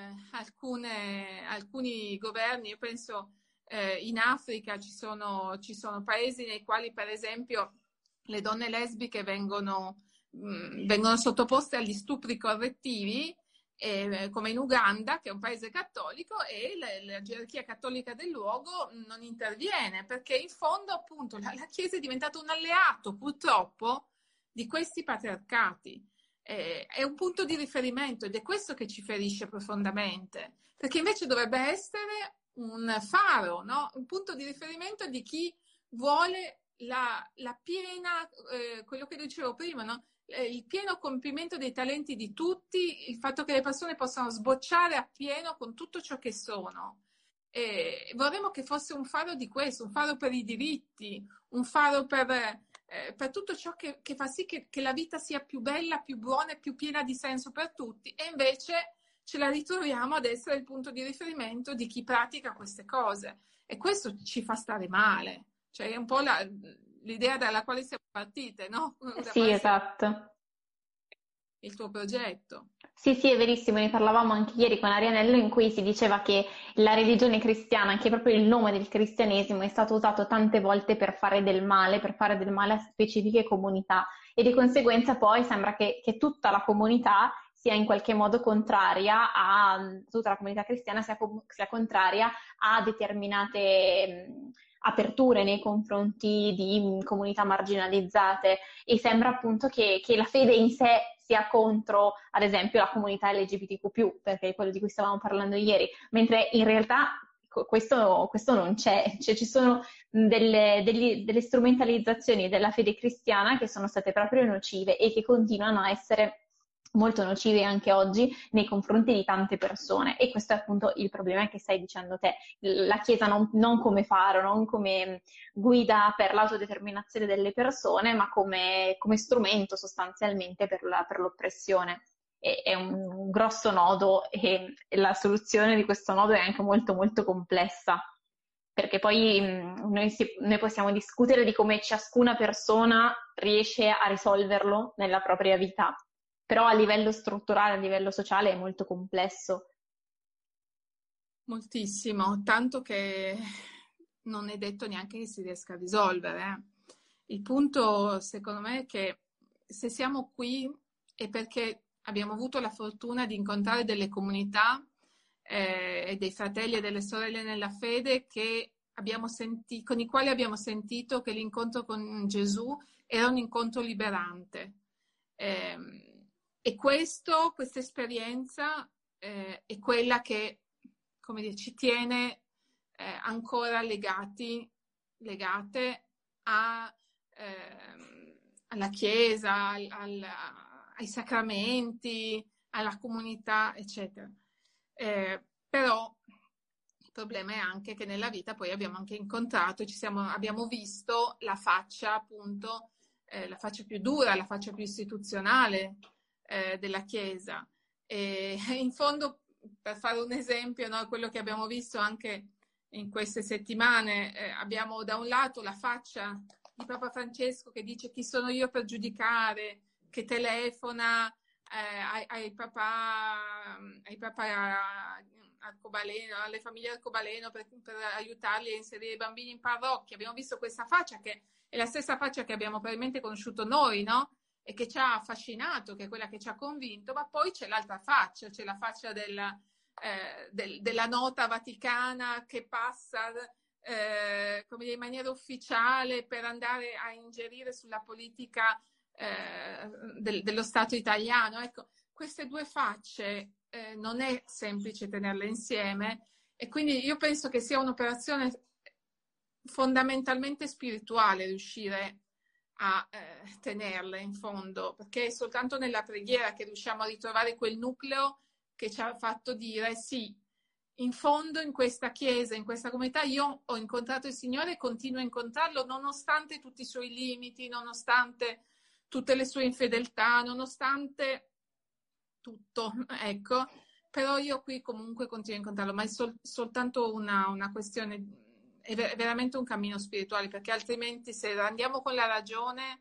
alcuni governi, io penso in Africa ci sono paesi nei quali per esempio le donne lesbiche vengono sottoposte agli stupri correttivi, come in Uganda, che è un paese cattolico, e la gerarchia cattolica del luogo non interviene, perché in fondo appunto la Chiesa è diventata un alleato purtroppo di questi patriarcati. È un punto di riferimento ed è questo che ci ferisce profondamente, perché invece dovrebbe essere un faro, no? Un punto di riferimento di chi vuole la piena, quello che dicevo prima, no? Il pieno compimento dei talenti di tutti, il fatto che le persone possano sbocciare appieno con tutto ciò che sono. Vorremmo che fosse un faro di questo, un faro per i diritti, un faro per per tutto ciò che fa sì che la vita sia più bella, più buona e più piena di senso per tutti, e invece ce la ritroviamo ad essere il punto di riferimento di chi pratica queste cose, e questo ci fa stare male, cioè è un po' l'idea dalla quale siamo partite, no? Da Sì, quale esatto. il tuo progetto. Sì, sì, è verissimo, ne parlavamo anche ieri con Arianello in cui si diceva che la religione cristiana, che è proprio il nome del cristianesimo, è stato usato tante volte per fare del male a specifiche comunità e di conseguenza poi sembra che tutta la comunità sia in qualche modo contraria tutta la comunità cristiana sia contraria a determinate aperture nei confronti di comunità marginalizzate e sembra appunto che la fede in sé sia contro, ad esempio, la comunità LGBTQ+, perché è quello di cui stavamo parlando ieri, mentre in realtà questo non c'è, cioè ci sono delle strumentalizzazioni della fede cristiana che sono state proprio nocive e che continuano a essere molto nocive anche oggi nei confronti di tante persone e questo è appunto il problema che stai dicendo te, la Chiesa non come faro, non come guida per l'autodeterminazione delle persone, ma come strumento sostanzialmente per l'oppressione. È un grosso nodo e la soluzione di questo nodo è anche molto molto complessa, perché poi noi possiamo discutere di come ciascuna persona riesce a risolverlo nella propria vita, però a livello strutturale, a livello sociale è molto complesso. Moltissimo, tanto che non è detto neanche che si riesca a risolvere. Il punto, secondo me, è che se siamo qui è perché abbiamo avuto la fortuna di incontrare delle comunità e dei fratelli e delle sorelle nella fede con i quali abbiamo sentito che l'incontro con Gesù era un incontro liberante. E questa esperienza è quella che, come dire, ci tiene ancora legate alla Chiesa, ai sacramenti, alla comunità, eccetera. Però il problema è anche che nella vita poi abbiamo anche incontrato, abbiamo visto la faccia, appunto, la faccia più dura, la faccia più istituzionale della Chiesa. E in fondo, per fare un esempio, no, quello che abbiamo visto anche in queste settimane, abbiamo da un lato la faccia di Papa Francesco che dice chi sono io per giudicare, che telefona ai papà arcobaleno, alle famiglie arcobaleno per aiutarli a inserire i bambini in parrocchia. Abbiamo visto questa faccia che è la stessa faccia che abbiamo probabilmente conosciuto noi, no? E che ci ha affascinato, che è quella che ci ha convinto, ma poi c'è l'altra faccia, c'è la faccia della nota vaticana che passa come dire, in maniera ufficiale per andare a ingerire sulla politica dello Stato italiano. Ecco, queste due facce non è semplice tenerle insieme e quindi io penso che sia un'operazione fondamentalmente spirituale riuscire a tenerle in fondo, perché è soltanto nella preghiera che riusciamo a ritrovare quel nucleo che ci ha fatto dire sì, in fondo in questa chiesa, in questa comunità io ho incontrato il Signore e continuo a incontrarlo nonostante tutti i suoi limiti, nonostante tutte le sue infedeltà, nonostante tutto, ecco, però io qui comunque continuo a incontrarlo, ma è soltanto una questione, è veramente un cammino spirituale, perché altrimenti se andiamo con la ragione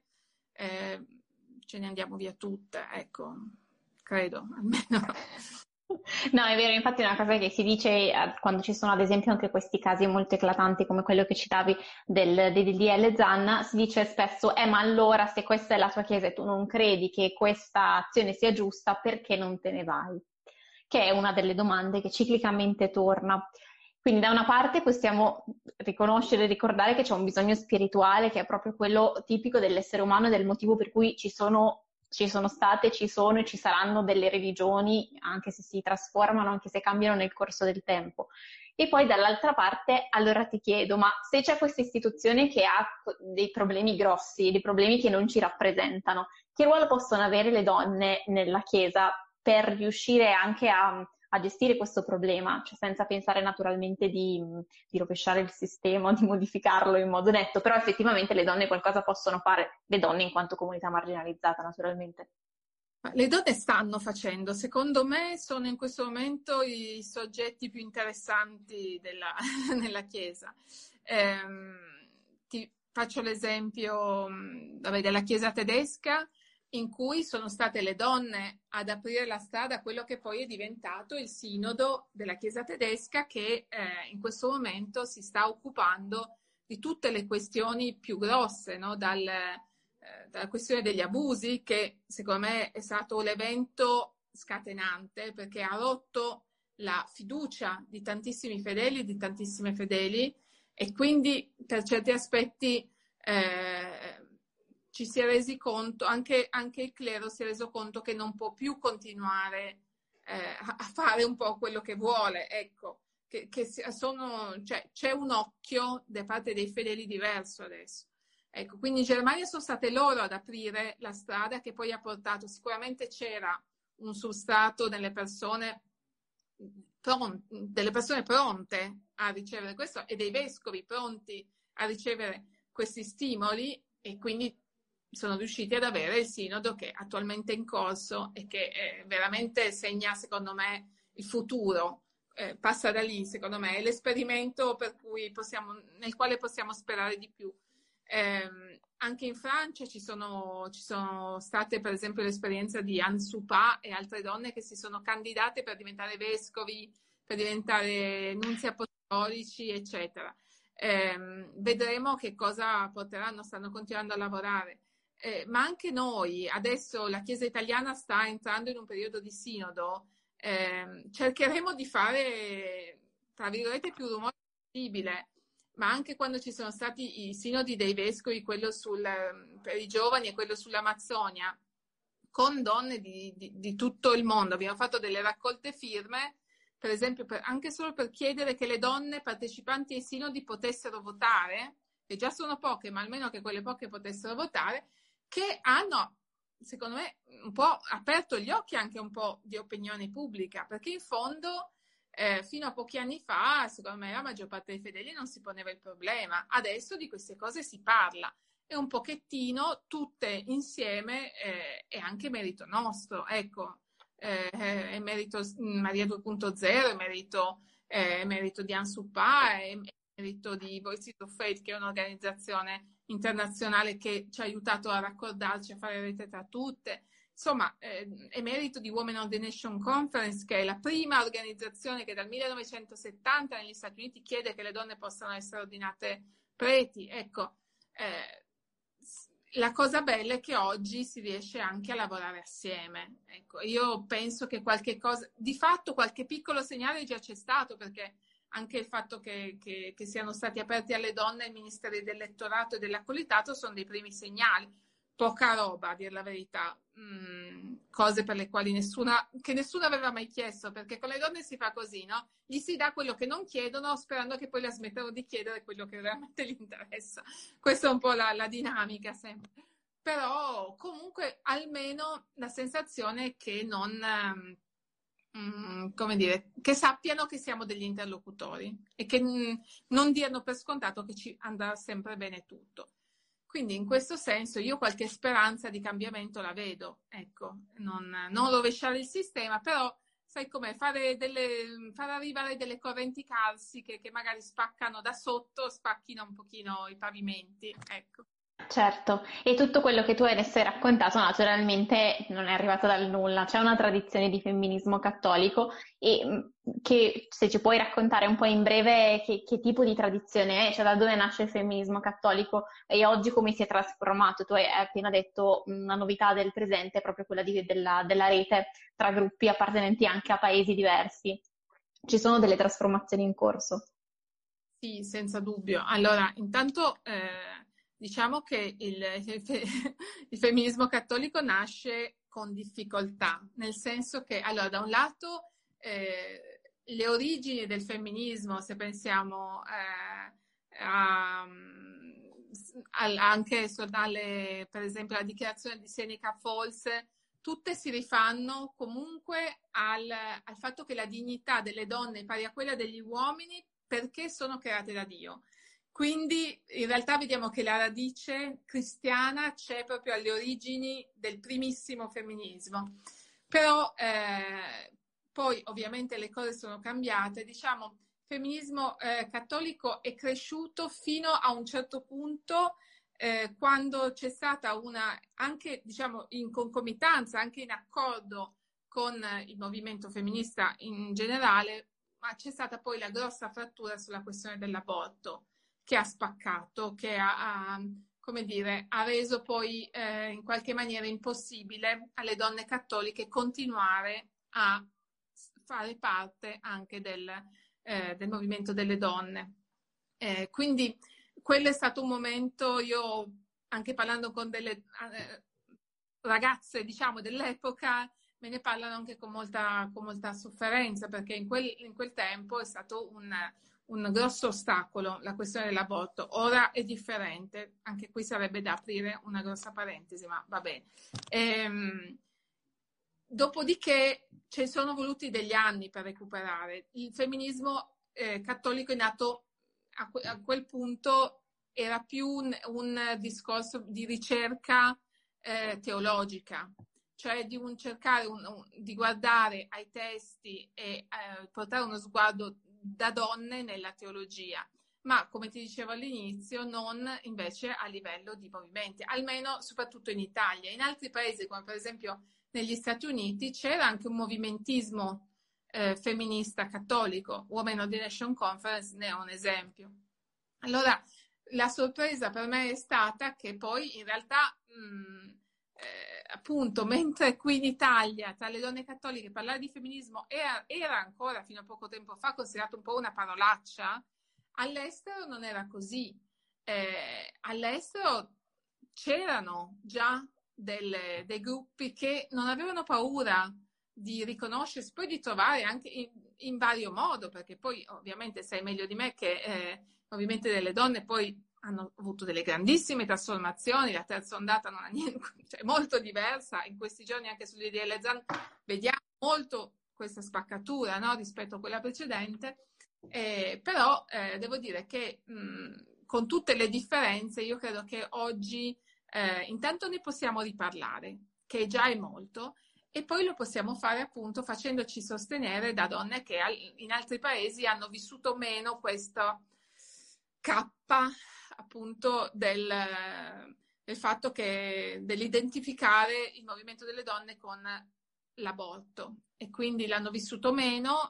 ce ne andiamo via tutte, ecco, credo, almeno. No, è vero, infatti è una cosa che si dice quando ci sono ad esempio anche questi casi molto eclatanti come quello che citavi del DDL Zan, si dice spesso, ma allora se questa è la tua chiesa e tu non credi che questa azione sia giusta, perché non te ne vai? Che è una delle domande che ciclicamente torna. Quindi da una parte possiamo riconoscere e ricordare che c'è un bisogno spirituale che è proprio quello tipico dell'essere umano, del motivo per cui ci sono state, ci sono e ci saranno delle religioni, anche se si trasformano, anche se cambiano nel corso del tempo. E poi dall'altra parte, allora ti chiedo, ma se c'è questa istituzione che ha dei problemi grossi, dei problemi che non ci rappresentano, che ruolo possono avere le donne nella Chiesa per riuscire anche a a gestire questo problema, cioè senza pensare naturalmente di rovesciare il sistema, di modificarlo in modo netto, però effettivamente le donne qualcosa possono fare, le donne in quanto comunità marginalizzata naturalmente. Le donne stanno facendo, secondo me sono in questo momento i soggetti più interessanti nella Chiesa. Ti faccio l'esempio della Chiesa tedesca, in cui sono state le donne ad aprire la strada a quello che poi è diventato il sinodo della Chiesa tedesca, che in questo momento si sta occupando di tutte le questioni più grosse, no? Dalla questione degli abusi, che secondo me è stato l'evento scatenante, perché ha rotto la fiducia di tantissimi fedeli e di tantissime fedeli, e quindi per certi aspetti ci si è resi conto, anche il clero si è reso conto che non può più continuare a fare un po' quello che vuole, ecco, cioè, c'è un occhio da parte dei fedeli diverso adesso. Ecco, quindi in Germania sono state loro ad aprire la strada, che poi ha portato, sicuramente c'era un substrato delle persone pronte a ricevere questo, e dei vescovi pronti a ricevere questi stimoli, e quindi sono riusciti ad avere il sinodo che attualmente è in corso e che veramente segna, secondo me, il futuro. Passa da lì, secondo me, è l'esperimento nel quale possiamo sperare di più. Anche in Francia ci sono state, per esempio, l'esperienza di Anne Soupà e altre donne che si sono candidate per diventare vescovi, per diventare nunzi apostolici, eccetera. Vedremo che cosa porteranno, stanno continuando a lavorare. Ma anche noi, adesso la Chiesa italiana sta entrando in un periodo di sinodo, cercheremo di fare, tra virgolette, più rumore possibile, ma anche quando ci sono stati i sinodi dei vescovi, quello per i giovani e quello sull'Amazzonia, con donne di tutto il mondo, abbiamo fatto delle raccolte firme, per esempio anche solo per chiedere che le donne partecipanti ai sinodi potessero votare, che già sono poche, ma almeno che quelle poche potessero votare, che hanno, secondo me, un po' aperto gli occhi anche un po' di opinione pubblica, perché in fondo fino a pochi anni fa, secondo me, la maggior parte dei fedeli non si poneva il problema. Adesso di queste cose si parla, e un pochettino tutte insieme è anche merito nostro, ecco, è merito Maria 2.0, è merito di Ansupà, è merito di Voices of Faith, che è un'organizzazione internazionale che ci ha aiutato a raccordarci, a fare rete tra tutte. Insomma, è merito di Women Ordination Conference, che è la prima organizzazione che dal 1970 negli Stati Uniti chiede che le donne possano essere ordinate preti. Ecco, la cosa bella è che oggi si riesce anche a lavorare assieme. Ecco, io penso che qualche cosa, di fatto qualche piccolo segnale già c'è stato, perché anche il fatto che siano stati aperti alle donne i ministeri dell'elettorato e dell'accolitato sono dei primi segnali. Poca roba, a dir la verità, cose per le quali nessuno aveva mai chiesto, perché con le donne si fa così, no? Gli si dà quello che non chiedono, sperando che poi la smettano di chiedere quello che veramente gli interessa. Questa è un po' la dinamica sempre. Però comunque almeno la sensazione è che come dire, che sappiano che siamo degli interlocutori e che non diano per scontato che ci andrà sempre bene tutto. Quindi in questo senso io qualche speranza di cambiamento la vedo, ecco, non rovesciare il sistema, però sai com'è, far arrivare delle correnti calsi che magari spaccano da sotto, spacchino un pochino i pavimenti, ecco. Certo, e tutto quello che tu adesso hai raccontato naturalmente non è arrivato dal nulla, c'è una tradizione di femminismo cattolico e che se ci puoi raccontare un po' in breve che tipo di tradizione è, cioè da dove nasce il femminismo cattolico e oggi come si è trasformato. Tu hai appena detto una novità del presente è proprio quella della rete tra gruppi appartenenti anche a paesi diversi. Ci sono delle trasformazioni in corso. Sì, senza dubbio. Allora, intanto diciamo che il femminismo cattolico nasce con difficoltà, nel senso che, allora, da un lato, le origini del femminismo, se pensiamo anche per esempio alla dichiarazione di Seneca Falls, tutte si rifanno comunque al fatto che la dignità delle donne è pari a quella degli uomini perché sono create da Dio. Quindi in realtà vediamo che la radice cristiana c'è proprio alle origini del primissimo femminismo. Però poi ovviamente le cose sono cambiate. Diciamo, il femminismo cattolico è cresciuto fino a un certo punto quando c'è stata anche diciamo in concomitanza, anche in accordo con il movimento femminista in generale, ma c'è stata poi la grossa frattura sulla questione dell'aborto, che ha spaccato, che come dire, ha reso poi in qualche maniera impossibile alle donne cattoliche continuare a fare parte anche del movimento delle donne. Quindi quello è stato un momento, io anche parlando con delle ragazze, diciamo, dell'epoca, me ne parlano anche con molta sofferenza, perché in quel tempo è stato un grosso ostacolo la questione dell'aborto. Ora è differente, anche qui sarebbe da aprire una grossa parentesi, ma va bene. Dopodiché ci sono voluti degli anni per recuperare. Il femminismo cattolico è nato a quel punto, era più un discorso di ricerca teologica, cioè di cercare di guardare ai testi e portare uno sguardo da donne nella teologia, ma come ti dicevo all'inizio non invece a livello di movimenti, almeno soprattutto in Italia. In altri paesi come per esempio negli Stati Uniti c'era anche un movimentismo femminista cattolico. Women Ordination Conference ne è un esempio. Allora la sorpresa per me è stata che poi in realtà appunto, mentre qui in Italia tra le donne cattoliche parlare di femminismo era ancora fino a poco tempo fa considerato un po' una parolaccia, all'estero non era così. All'estero c'erano già dei gruppi che non avevano paura di riconoscersi, poi di trovare anche in vario modo, perché poi ovviamente sai meglio di me che i movimenti delle donne poi hanno avuto delle grandissime trasformazioni, la terza ondata non ha niente, cioè molto diversa, in questi giorni anche sull'IDL Zan vediamo molto questa spaccatura, no, rispetto a quella precedente, però devo dire che con tutte le differenze io credo che oggi intanto ne possiamo riparlare, che già è molto, e poi lo possiamo fare appunto facendoci sostenere da donne che in altri paesi hanno vissuto meno questo cappa appunto del fatto che dell'identificare il movimento delle donne con l'aborto, e quindi l'hanno vissuto meno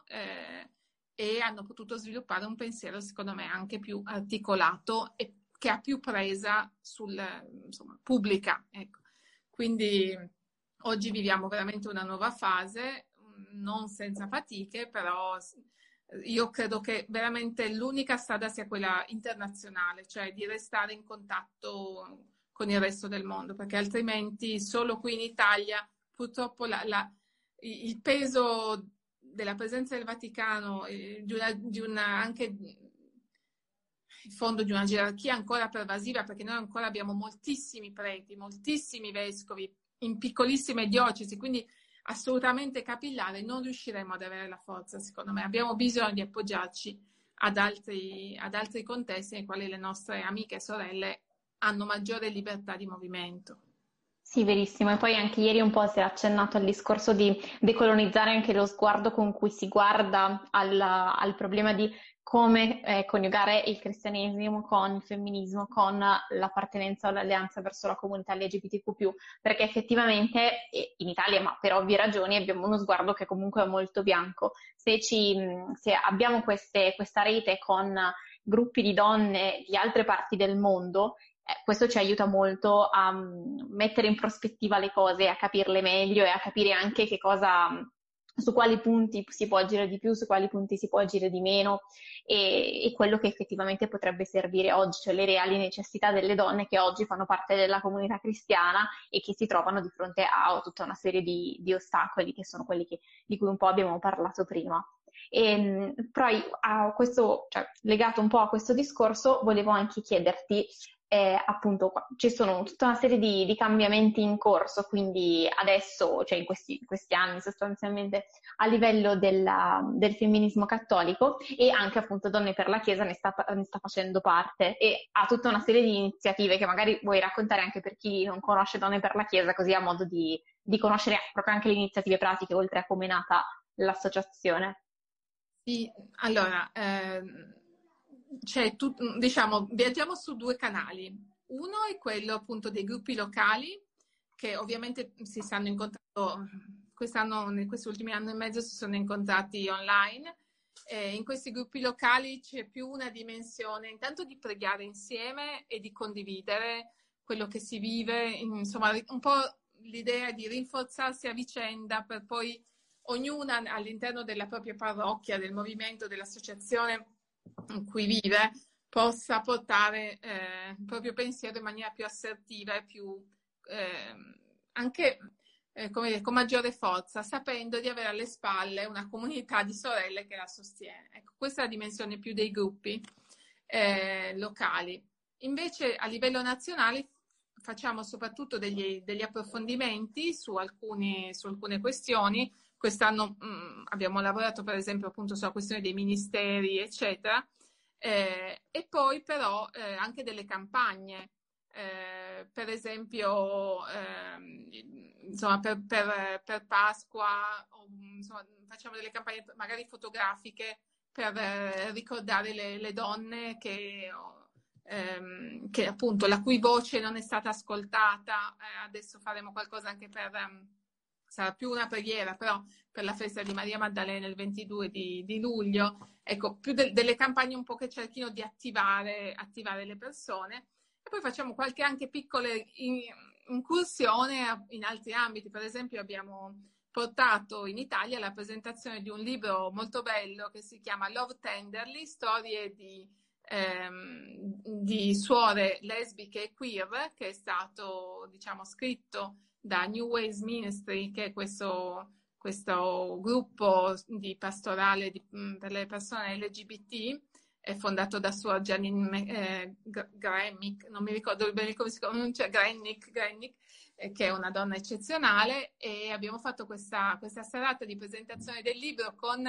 e hanno potuto sviluppare un pensiero secondo me anche più articolato e che ha più presa insomma, pubblica. Ecco. Quindi oggi viviamo veramente una nuova fase, non senza fatiche, però io credo che veramente l'unica strada sia quella internazionale, cioè di restare in contatto con il resto del mondo, perché altrimenti solo qui in Italia purtroppo il peso della presenza del Vaticano, anche in fondo di una gerarchia ancora pervasiva, perché noi ancora abbiamo moltissimi preti, moltissimi vescovi in piccolissime diocesi, quindi assolutamente capillare, non riusciremo ad avere la forza, secondo me. Abbiamo bisogno di appoggiarci ad altri contesti nei quali le nostre amiche e sorelle hanno maggiore libertà di movimento. Sì, verissimo. E poi anche ieri un po' si è accennato al discorso di decolonizzare anche lo sguardo con cui si guarda al problema di come coniugare il cristianesimo con il femminismo, con l'appartenenza o l'alleanza verso la comunità LGBTQ+, perché effettivamente in Italia, ma per ovvie ragioni, abbiamo uno sguardo che comunque è molto bianco. Se abbiamo questa rete con gruppi di donne di altre parti del mondo, questo ci aiuta molto a mettere in prospettiva le cose, a capirle meglio e a capire anche su quali punti si può agire di più, su quali punti si può agire di meno, e quello che effettivamente potrebbe servire oggi, cioè le reali necessità delle donne che oggi fanno parte della comunità cristiana e che si trovano di fronte a tutta una serie di ostacoli, che sono quelli di cui un po' abbiamo parlato prima. E poi cioè, legato un po' a questo discorso, volevo anche chiederti appunto ci sono tutta una serie di cambiamenti in corso, quindi adesso, cioè in questi anni sostanzialmente, a livello del femminismo cattolico, e anche appunto Donne per la Chiesa ne sta facendo parte e ha tutta una serie di iniziative che magari vuoi raccontare anche per chi non conosce Donne per la Chiesa, così ha modo di conoscere proprio anche le iniziative pratiche, oltre a come è nata l'associazione. Sì, allora, diciamo, viaggiamo su due canali. Uno è quello appunto dei gruppi locali, che ovviamente si stanno incontrando quest'anno, in questi ultimi anni e mezzo si sono incontrati online. In questi gruppi locali c'è più una dimensione intanto di pregare insieme e di condividere quello che si vive, insomma, un po' l'idea di rinforzarsi a vicenda per poi ognuna all'interno della propria parrocchia, del movimento, dell'associazione in cui vive, possa portare il proprio pensiero in maniera più assertiva e più anche come dire, con maggiore forza, sapendo di avere alle spalle una comunità di sorelle che la sostiene. Ecco, questa è la dimensione più dei gruppi locali. Invece a livello nazionale facciamo soprattutto degli approfondimenti su alcune questioni. Quest'anno abbiamo lavorato per esempio appunto sulla questione dei ministeri, eccetera, e poi però anche delle campagne. Per esempio, insomma, per Pasqua, insomma, facciamo delle campagne magari fotografiche per ricordare le donne che appunto la cui voce non è stata ascoltata. Adesso faremo qualcosa anche sarà più una preghiera, però per la festa di Maria Maddalena il 22 di luglio, ecco, più delle campagne un po' che cerchino di attivare le persone. E poi facciamo qualche anche piccola incursione in altri ambiti. Per esempio abbiamo portato in Italia la presentazione di un libro molto bello che si chiama Love Tenderly, storie di suore lesbiche e queer, che è stato, diciamo, scritto da New Ways Ministry, che è questo gruppo di pastorale per le persone LGBT, è fondato da Suor Janine Grenick, non mi ricordo bene come si pronuncia, Grenick, che è una donna eccezionale, e abbiamo fatto questa serata di presentazione del libro con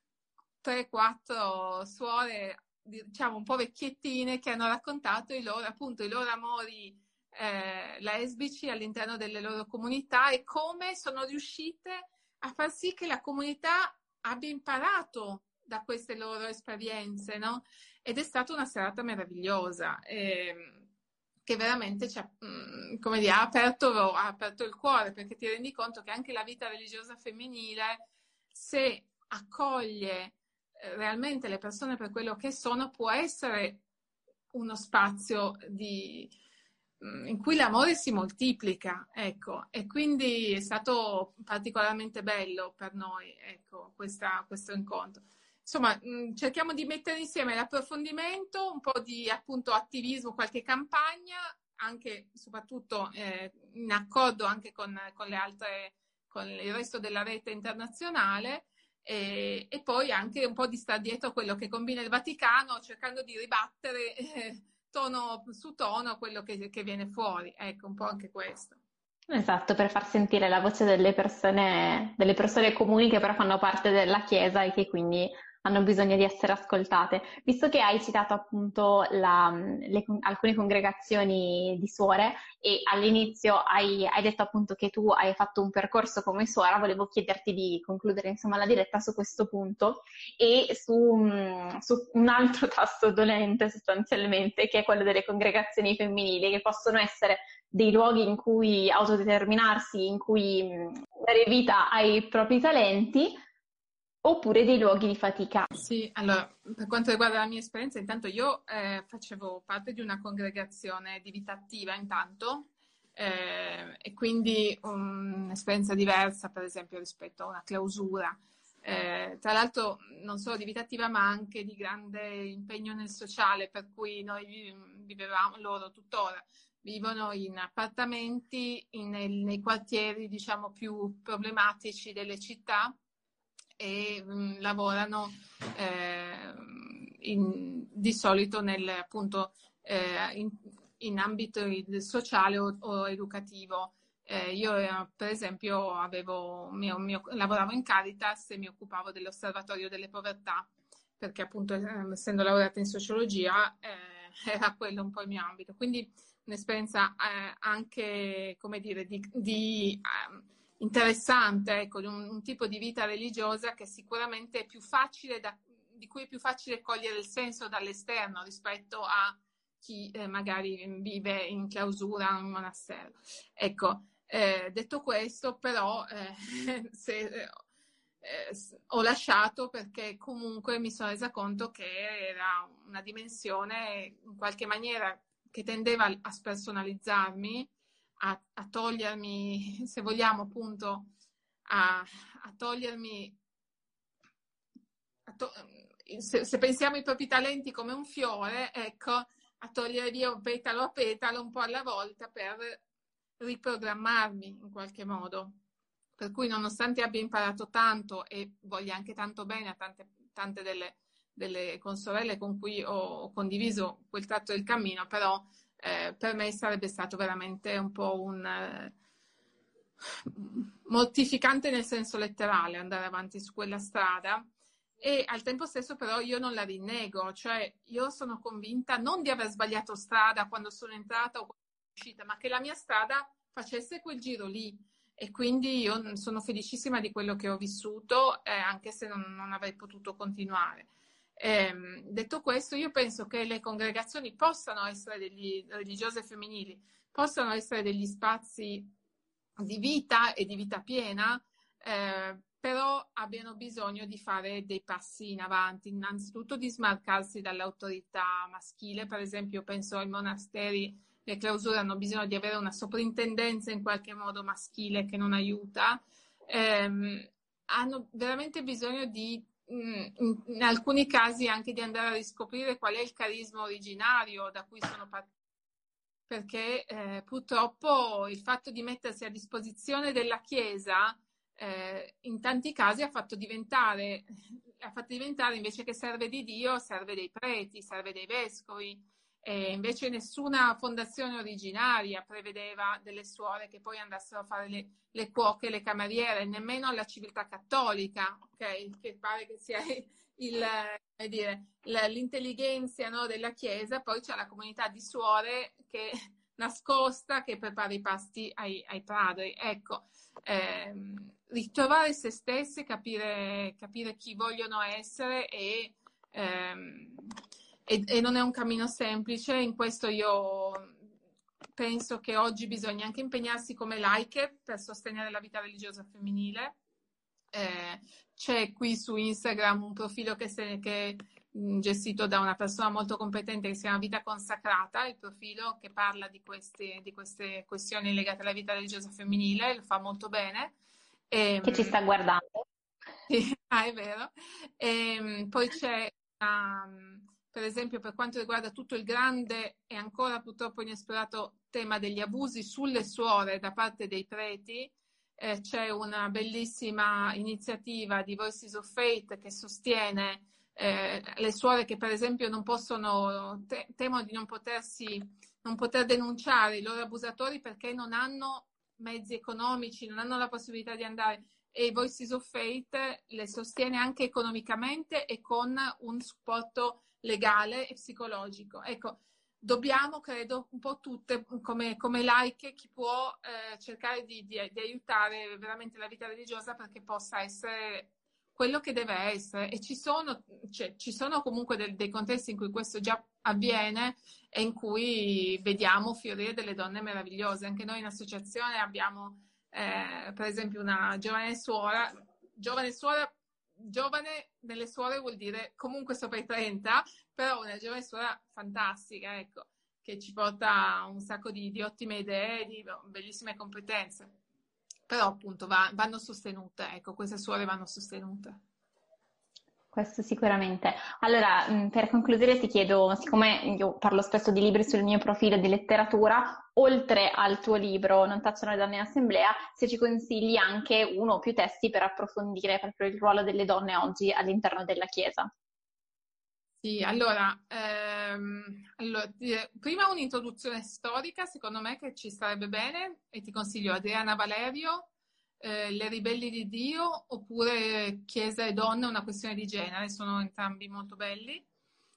3-4 suore, diciamo un po' vecchiettine, che hanno raccontato i loro amori lesbici all'interno delle loro comunità e come sono riuscite a far sì che la comunità abbia imparato da queste loro esperienze, no? Ed è stata una serata meravigliosa che veramente come dire, ha aperto il cuore, perché ti rendi conto che anche la vita religiosa femminile, se accoglie realmente le persone per quello che sono, può essere uno spazio in cui l'amore si moltiplica, ecco, e quindi è stato particolarmente bello per noi, ecco, questo incontro. Insomma, cerchiamo di mettere insieme l'approfondimento, un po' di appunto attivismo, qualche campagna, anche soprattutto in accordo anche con le altre, con il resto della rete internazionale, e poi anche un po' di star dietro a quello che combina il Vaticano, cercando di ribattere tono su tono quello che viene fuori. Ecco, un po' anche questo. Esatto, per far sentire la voce delle persone comuni che però fanno parte della Chiesa e che quindi hanno bisogno di essere ascoltate. Visto che hai citato appunto alcune congregazioni di suore e all'inizio hai detto appunto che tu hai fatto un percorso come suora, volevo chiederti di concludere insomma la diretta su questo punto e su un altro tasto dolente sostanzialmente, che è quello delle congregazioni femminili, che possono essere dei luoghi in cui autodeterminarsi, in cui dare vita ai propri talenti, oppure dei luoghi di fatica. Sì, allora, per quanto riguarda la mia esperienza, intanto io facevo parte di una congregazione di vita attiva intanto, e quindi un'esperienza diversa, per esempio, rispetto a una clausura. Tra l'altro non solo di vita attiva, ma anche di grande impegno nel sociale, per cui noi vivevamo, loro tuttora vivono in appartamenti nei quartieri, diciamo, più problematici delle città e lavorano di solito in ambito sociale o educativo. Io per esempio lavoravo in Caritas e mi occupavo dell'osservatorio delle povertà, perché appunto essendo laureata in sociologia era quello un po' il mio ambito. Quindi un'esperienza anche, come dire, interessante, ecco, di un tipo di vita religiosa che sicuramente è più facile di cui è più facile cogliere il senso dall'esterno rispetto a chi magari vive in clausura in un monastero. Ecco, detto questo, però, ho lasciato perché comunque mi sono resa conto che era una dimensione in qualche maniera che tendeva a spersonalizzarmi, a togliermi, se vogliamo appunto, a togliermi, se pensiamo ai propri talenti come un fiore, ecco, a togliere via petalo a petalo un po' alla volta per riprogrammarmi in qualche modo. Per cui nonostante abbia imparato tanto e voglia anche tanto bene a tante delle consorelle con cui ho condiviso quel tratto del cammino, però per me sarebbe stato veramente un po' mortificante nel senso letterale andare avanti su quella strada. E al tempo stesso però io non la rinnego, cioè io sono convinta non di aver sbagliato strada quando sono entrata o quando sono uscita, ma che la mia strada facesse quel giro lì. E quindi io sono felicissima di quello che ho vissuto, anche se non avrei potuto continuare. Detto questo, io penso che le congregazioni possano essere religiose femminili, possano essere degli spazi di vita e di vita piena, però abbiano bisogno di fare dei passi in avanti, innanzitutto di smarcarsi dall'autorità maschile. Per esempio, penso ai monasteri, le clausure hanno bisogno di avere una soprintendenza in qualche modo maschile che non aiuta, hanno veramente bisogno in alcuni casi anche di andare a riscoprire qual è il carisma originario da cui sono partiti, perché purtroppo il fatto di mettersi a disposizione della Chiesa in tanti casi ha fatto diventare invece che serve di Dio, serve dei preti, serve dei vescovi. Invece nessuna fondazione originaria prevedeva delle suore che poi andassero a fare le cuoche, le cameriere, nemmeno la civiltà cattolica, okay? Che pare che sia l'intelligenza, no, della Chiesa. Poi c'è la comunità di suore che nascosta che prepara i pasti ai padri. Ecco, ritrovare se stesse, capire chi vogliono essere e non è un cammino semplice. In questo io penso che oggi bisogna anche impegnarsi come laiche per sostenere la vita religiosa femminile. C'è qui su Instagram un profilo che è gestito da una persona molto competente che si chiama Vita Consacrata, il profilo che parla di queste questioni legate alla vita religiosa femminile, lo fa molto bene. Che ci sta guardando. È vero. Poi c'è per esempio, per quanto riguarda tutto il grande e ancora purtroppo inesplorato tema degli abusi sulle suore da parte dei preti, c'è una bellissima iniziativa di Voices of Faith che sostiene le suore che per esempio non possono, temono di non poter denunciare i loro abusatori perché non hanno mezzi economici, non hanno la possibilità di andare. E Voices of Faith le sostiene anche economicamente e con un supporto legale e psicologico. Ecco, dobbiamo, credo, un po' tutte, come laiche, chi può cercare di aiutare veramente la vita religiosa perché possa essere quello che deve essere. E ci sono comunque dei contesti in cui questo già avviene e in cui vediamo fiorire delle donne meravigliose. Anche noi in associazione abbiamo per esempio una giovane nelle suore vuol dire comunque sopra i 30, però una giovane suora fantastica, ecco, che ci porta un sacco di ottime idee, di bellissime competenze. Però appunto vanno sostenute, ecco, queste suore vanno sostenute. Questo sicuramente. Allora, per concludere ti chiedo, siccome io parlo spesso di libri sul mio profilo di letteratura, oltre al tuo libro Non tacciano le donne in assemblea, se ci consigli anche uno o più testi per approfondire proprio il ruolo delle donne oggi all'interno della Chiesa. Sì, allora, prima un'introduzione storica, secondo me, che ci sarebbe bene, e ti consiglio Adriana Valerio, Le ribelli di Dio, oppure Chiesa e donne, una questione di genere, sono entrambi molto belli.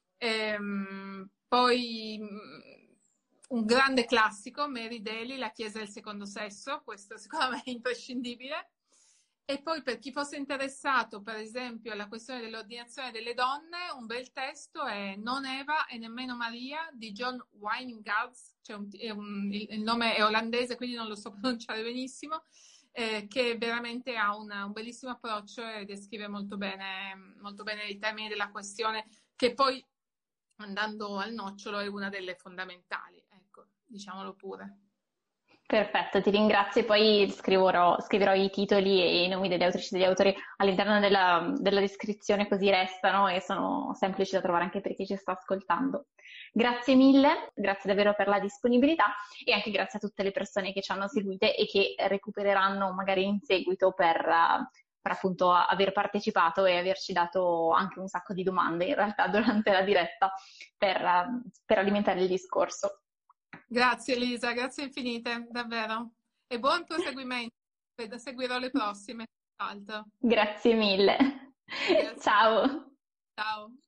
Poi un grande classico, Mary Daly, La Chiesa e il secondo sesso, questo secondo me è imprescindibile. E poi per chi fosse interessato, per esempio, alla questione dell'ordinazione delle donne, un bel testo è Non Eva e nemmeno Maria di John Wijngaards, cioè il nome è olandese, quindi non lo so pronunciare benissimo, che veramente ha un bellissimo approccio e descrive molto bene i termini della questione, che poi, andando al nocciolo, è una delle fondamentali, ecco, diciamolo pure. Perfetto, ti ringrazio e poi scriverò i titoli e i nomi degli autrici e degli autori all'interno della descrizione, così restano e sono semplici da trovare anche per chi ci sta ascoltando. Grazie mille, grazie davvero per la disponibilità e anche grazie a tutte le persone che ci hanno seguite e che recupereranno magari in seguito per appunto aver partecipato e averci dato anche un sacco di domande in realtà durante la diretta per alimentare il discorso. Grazie Elisa, grazie infinite, davvero. E buon proseguimento, seguirò le prossime, tra l'altro. Grazie mille. Grazie, Ciao. ciao.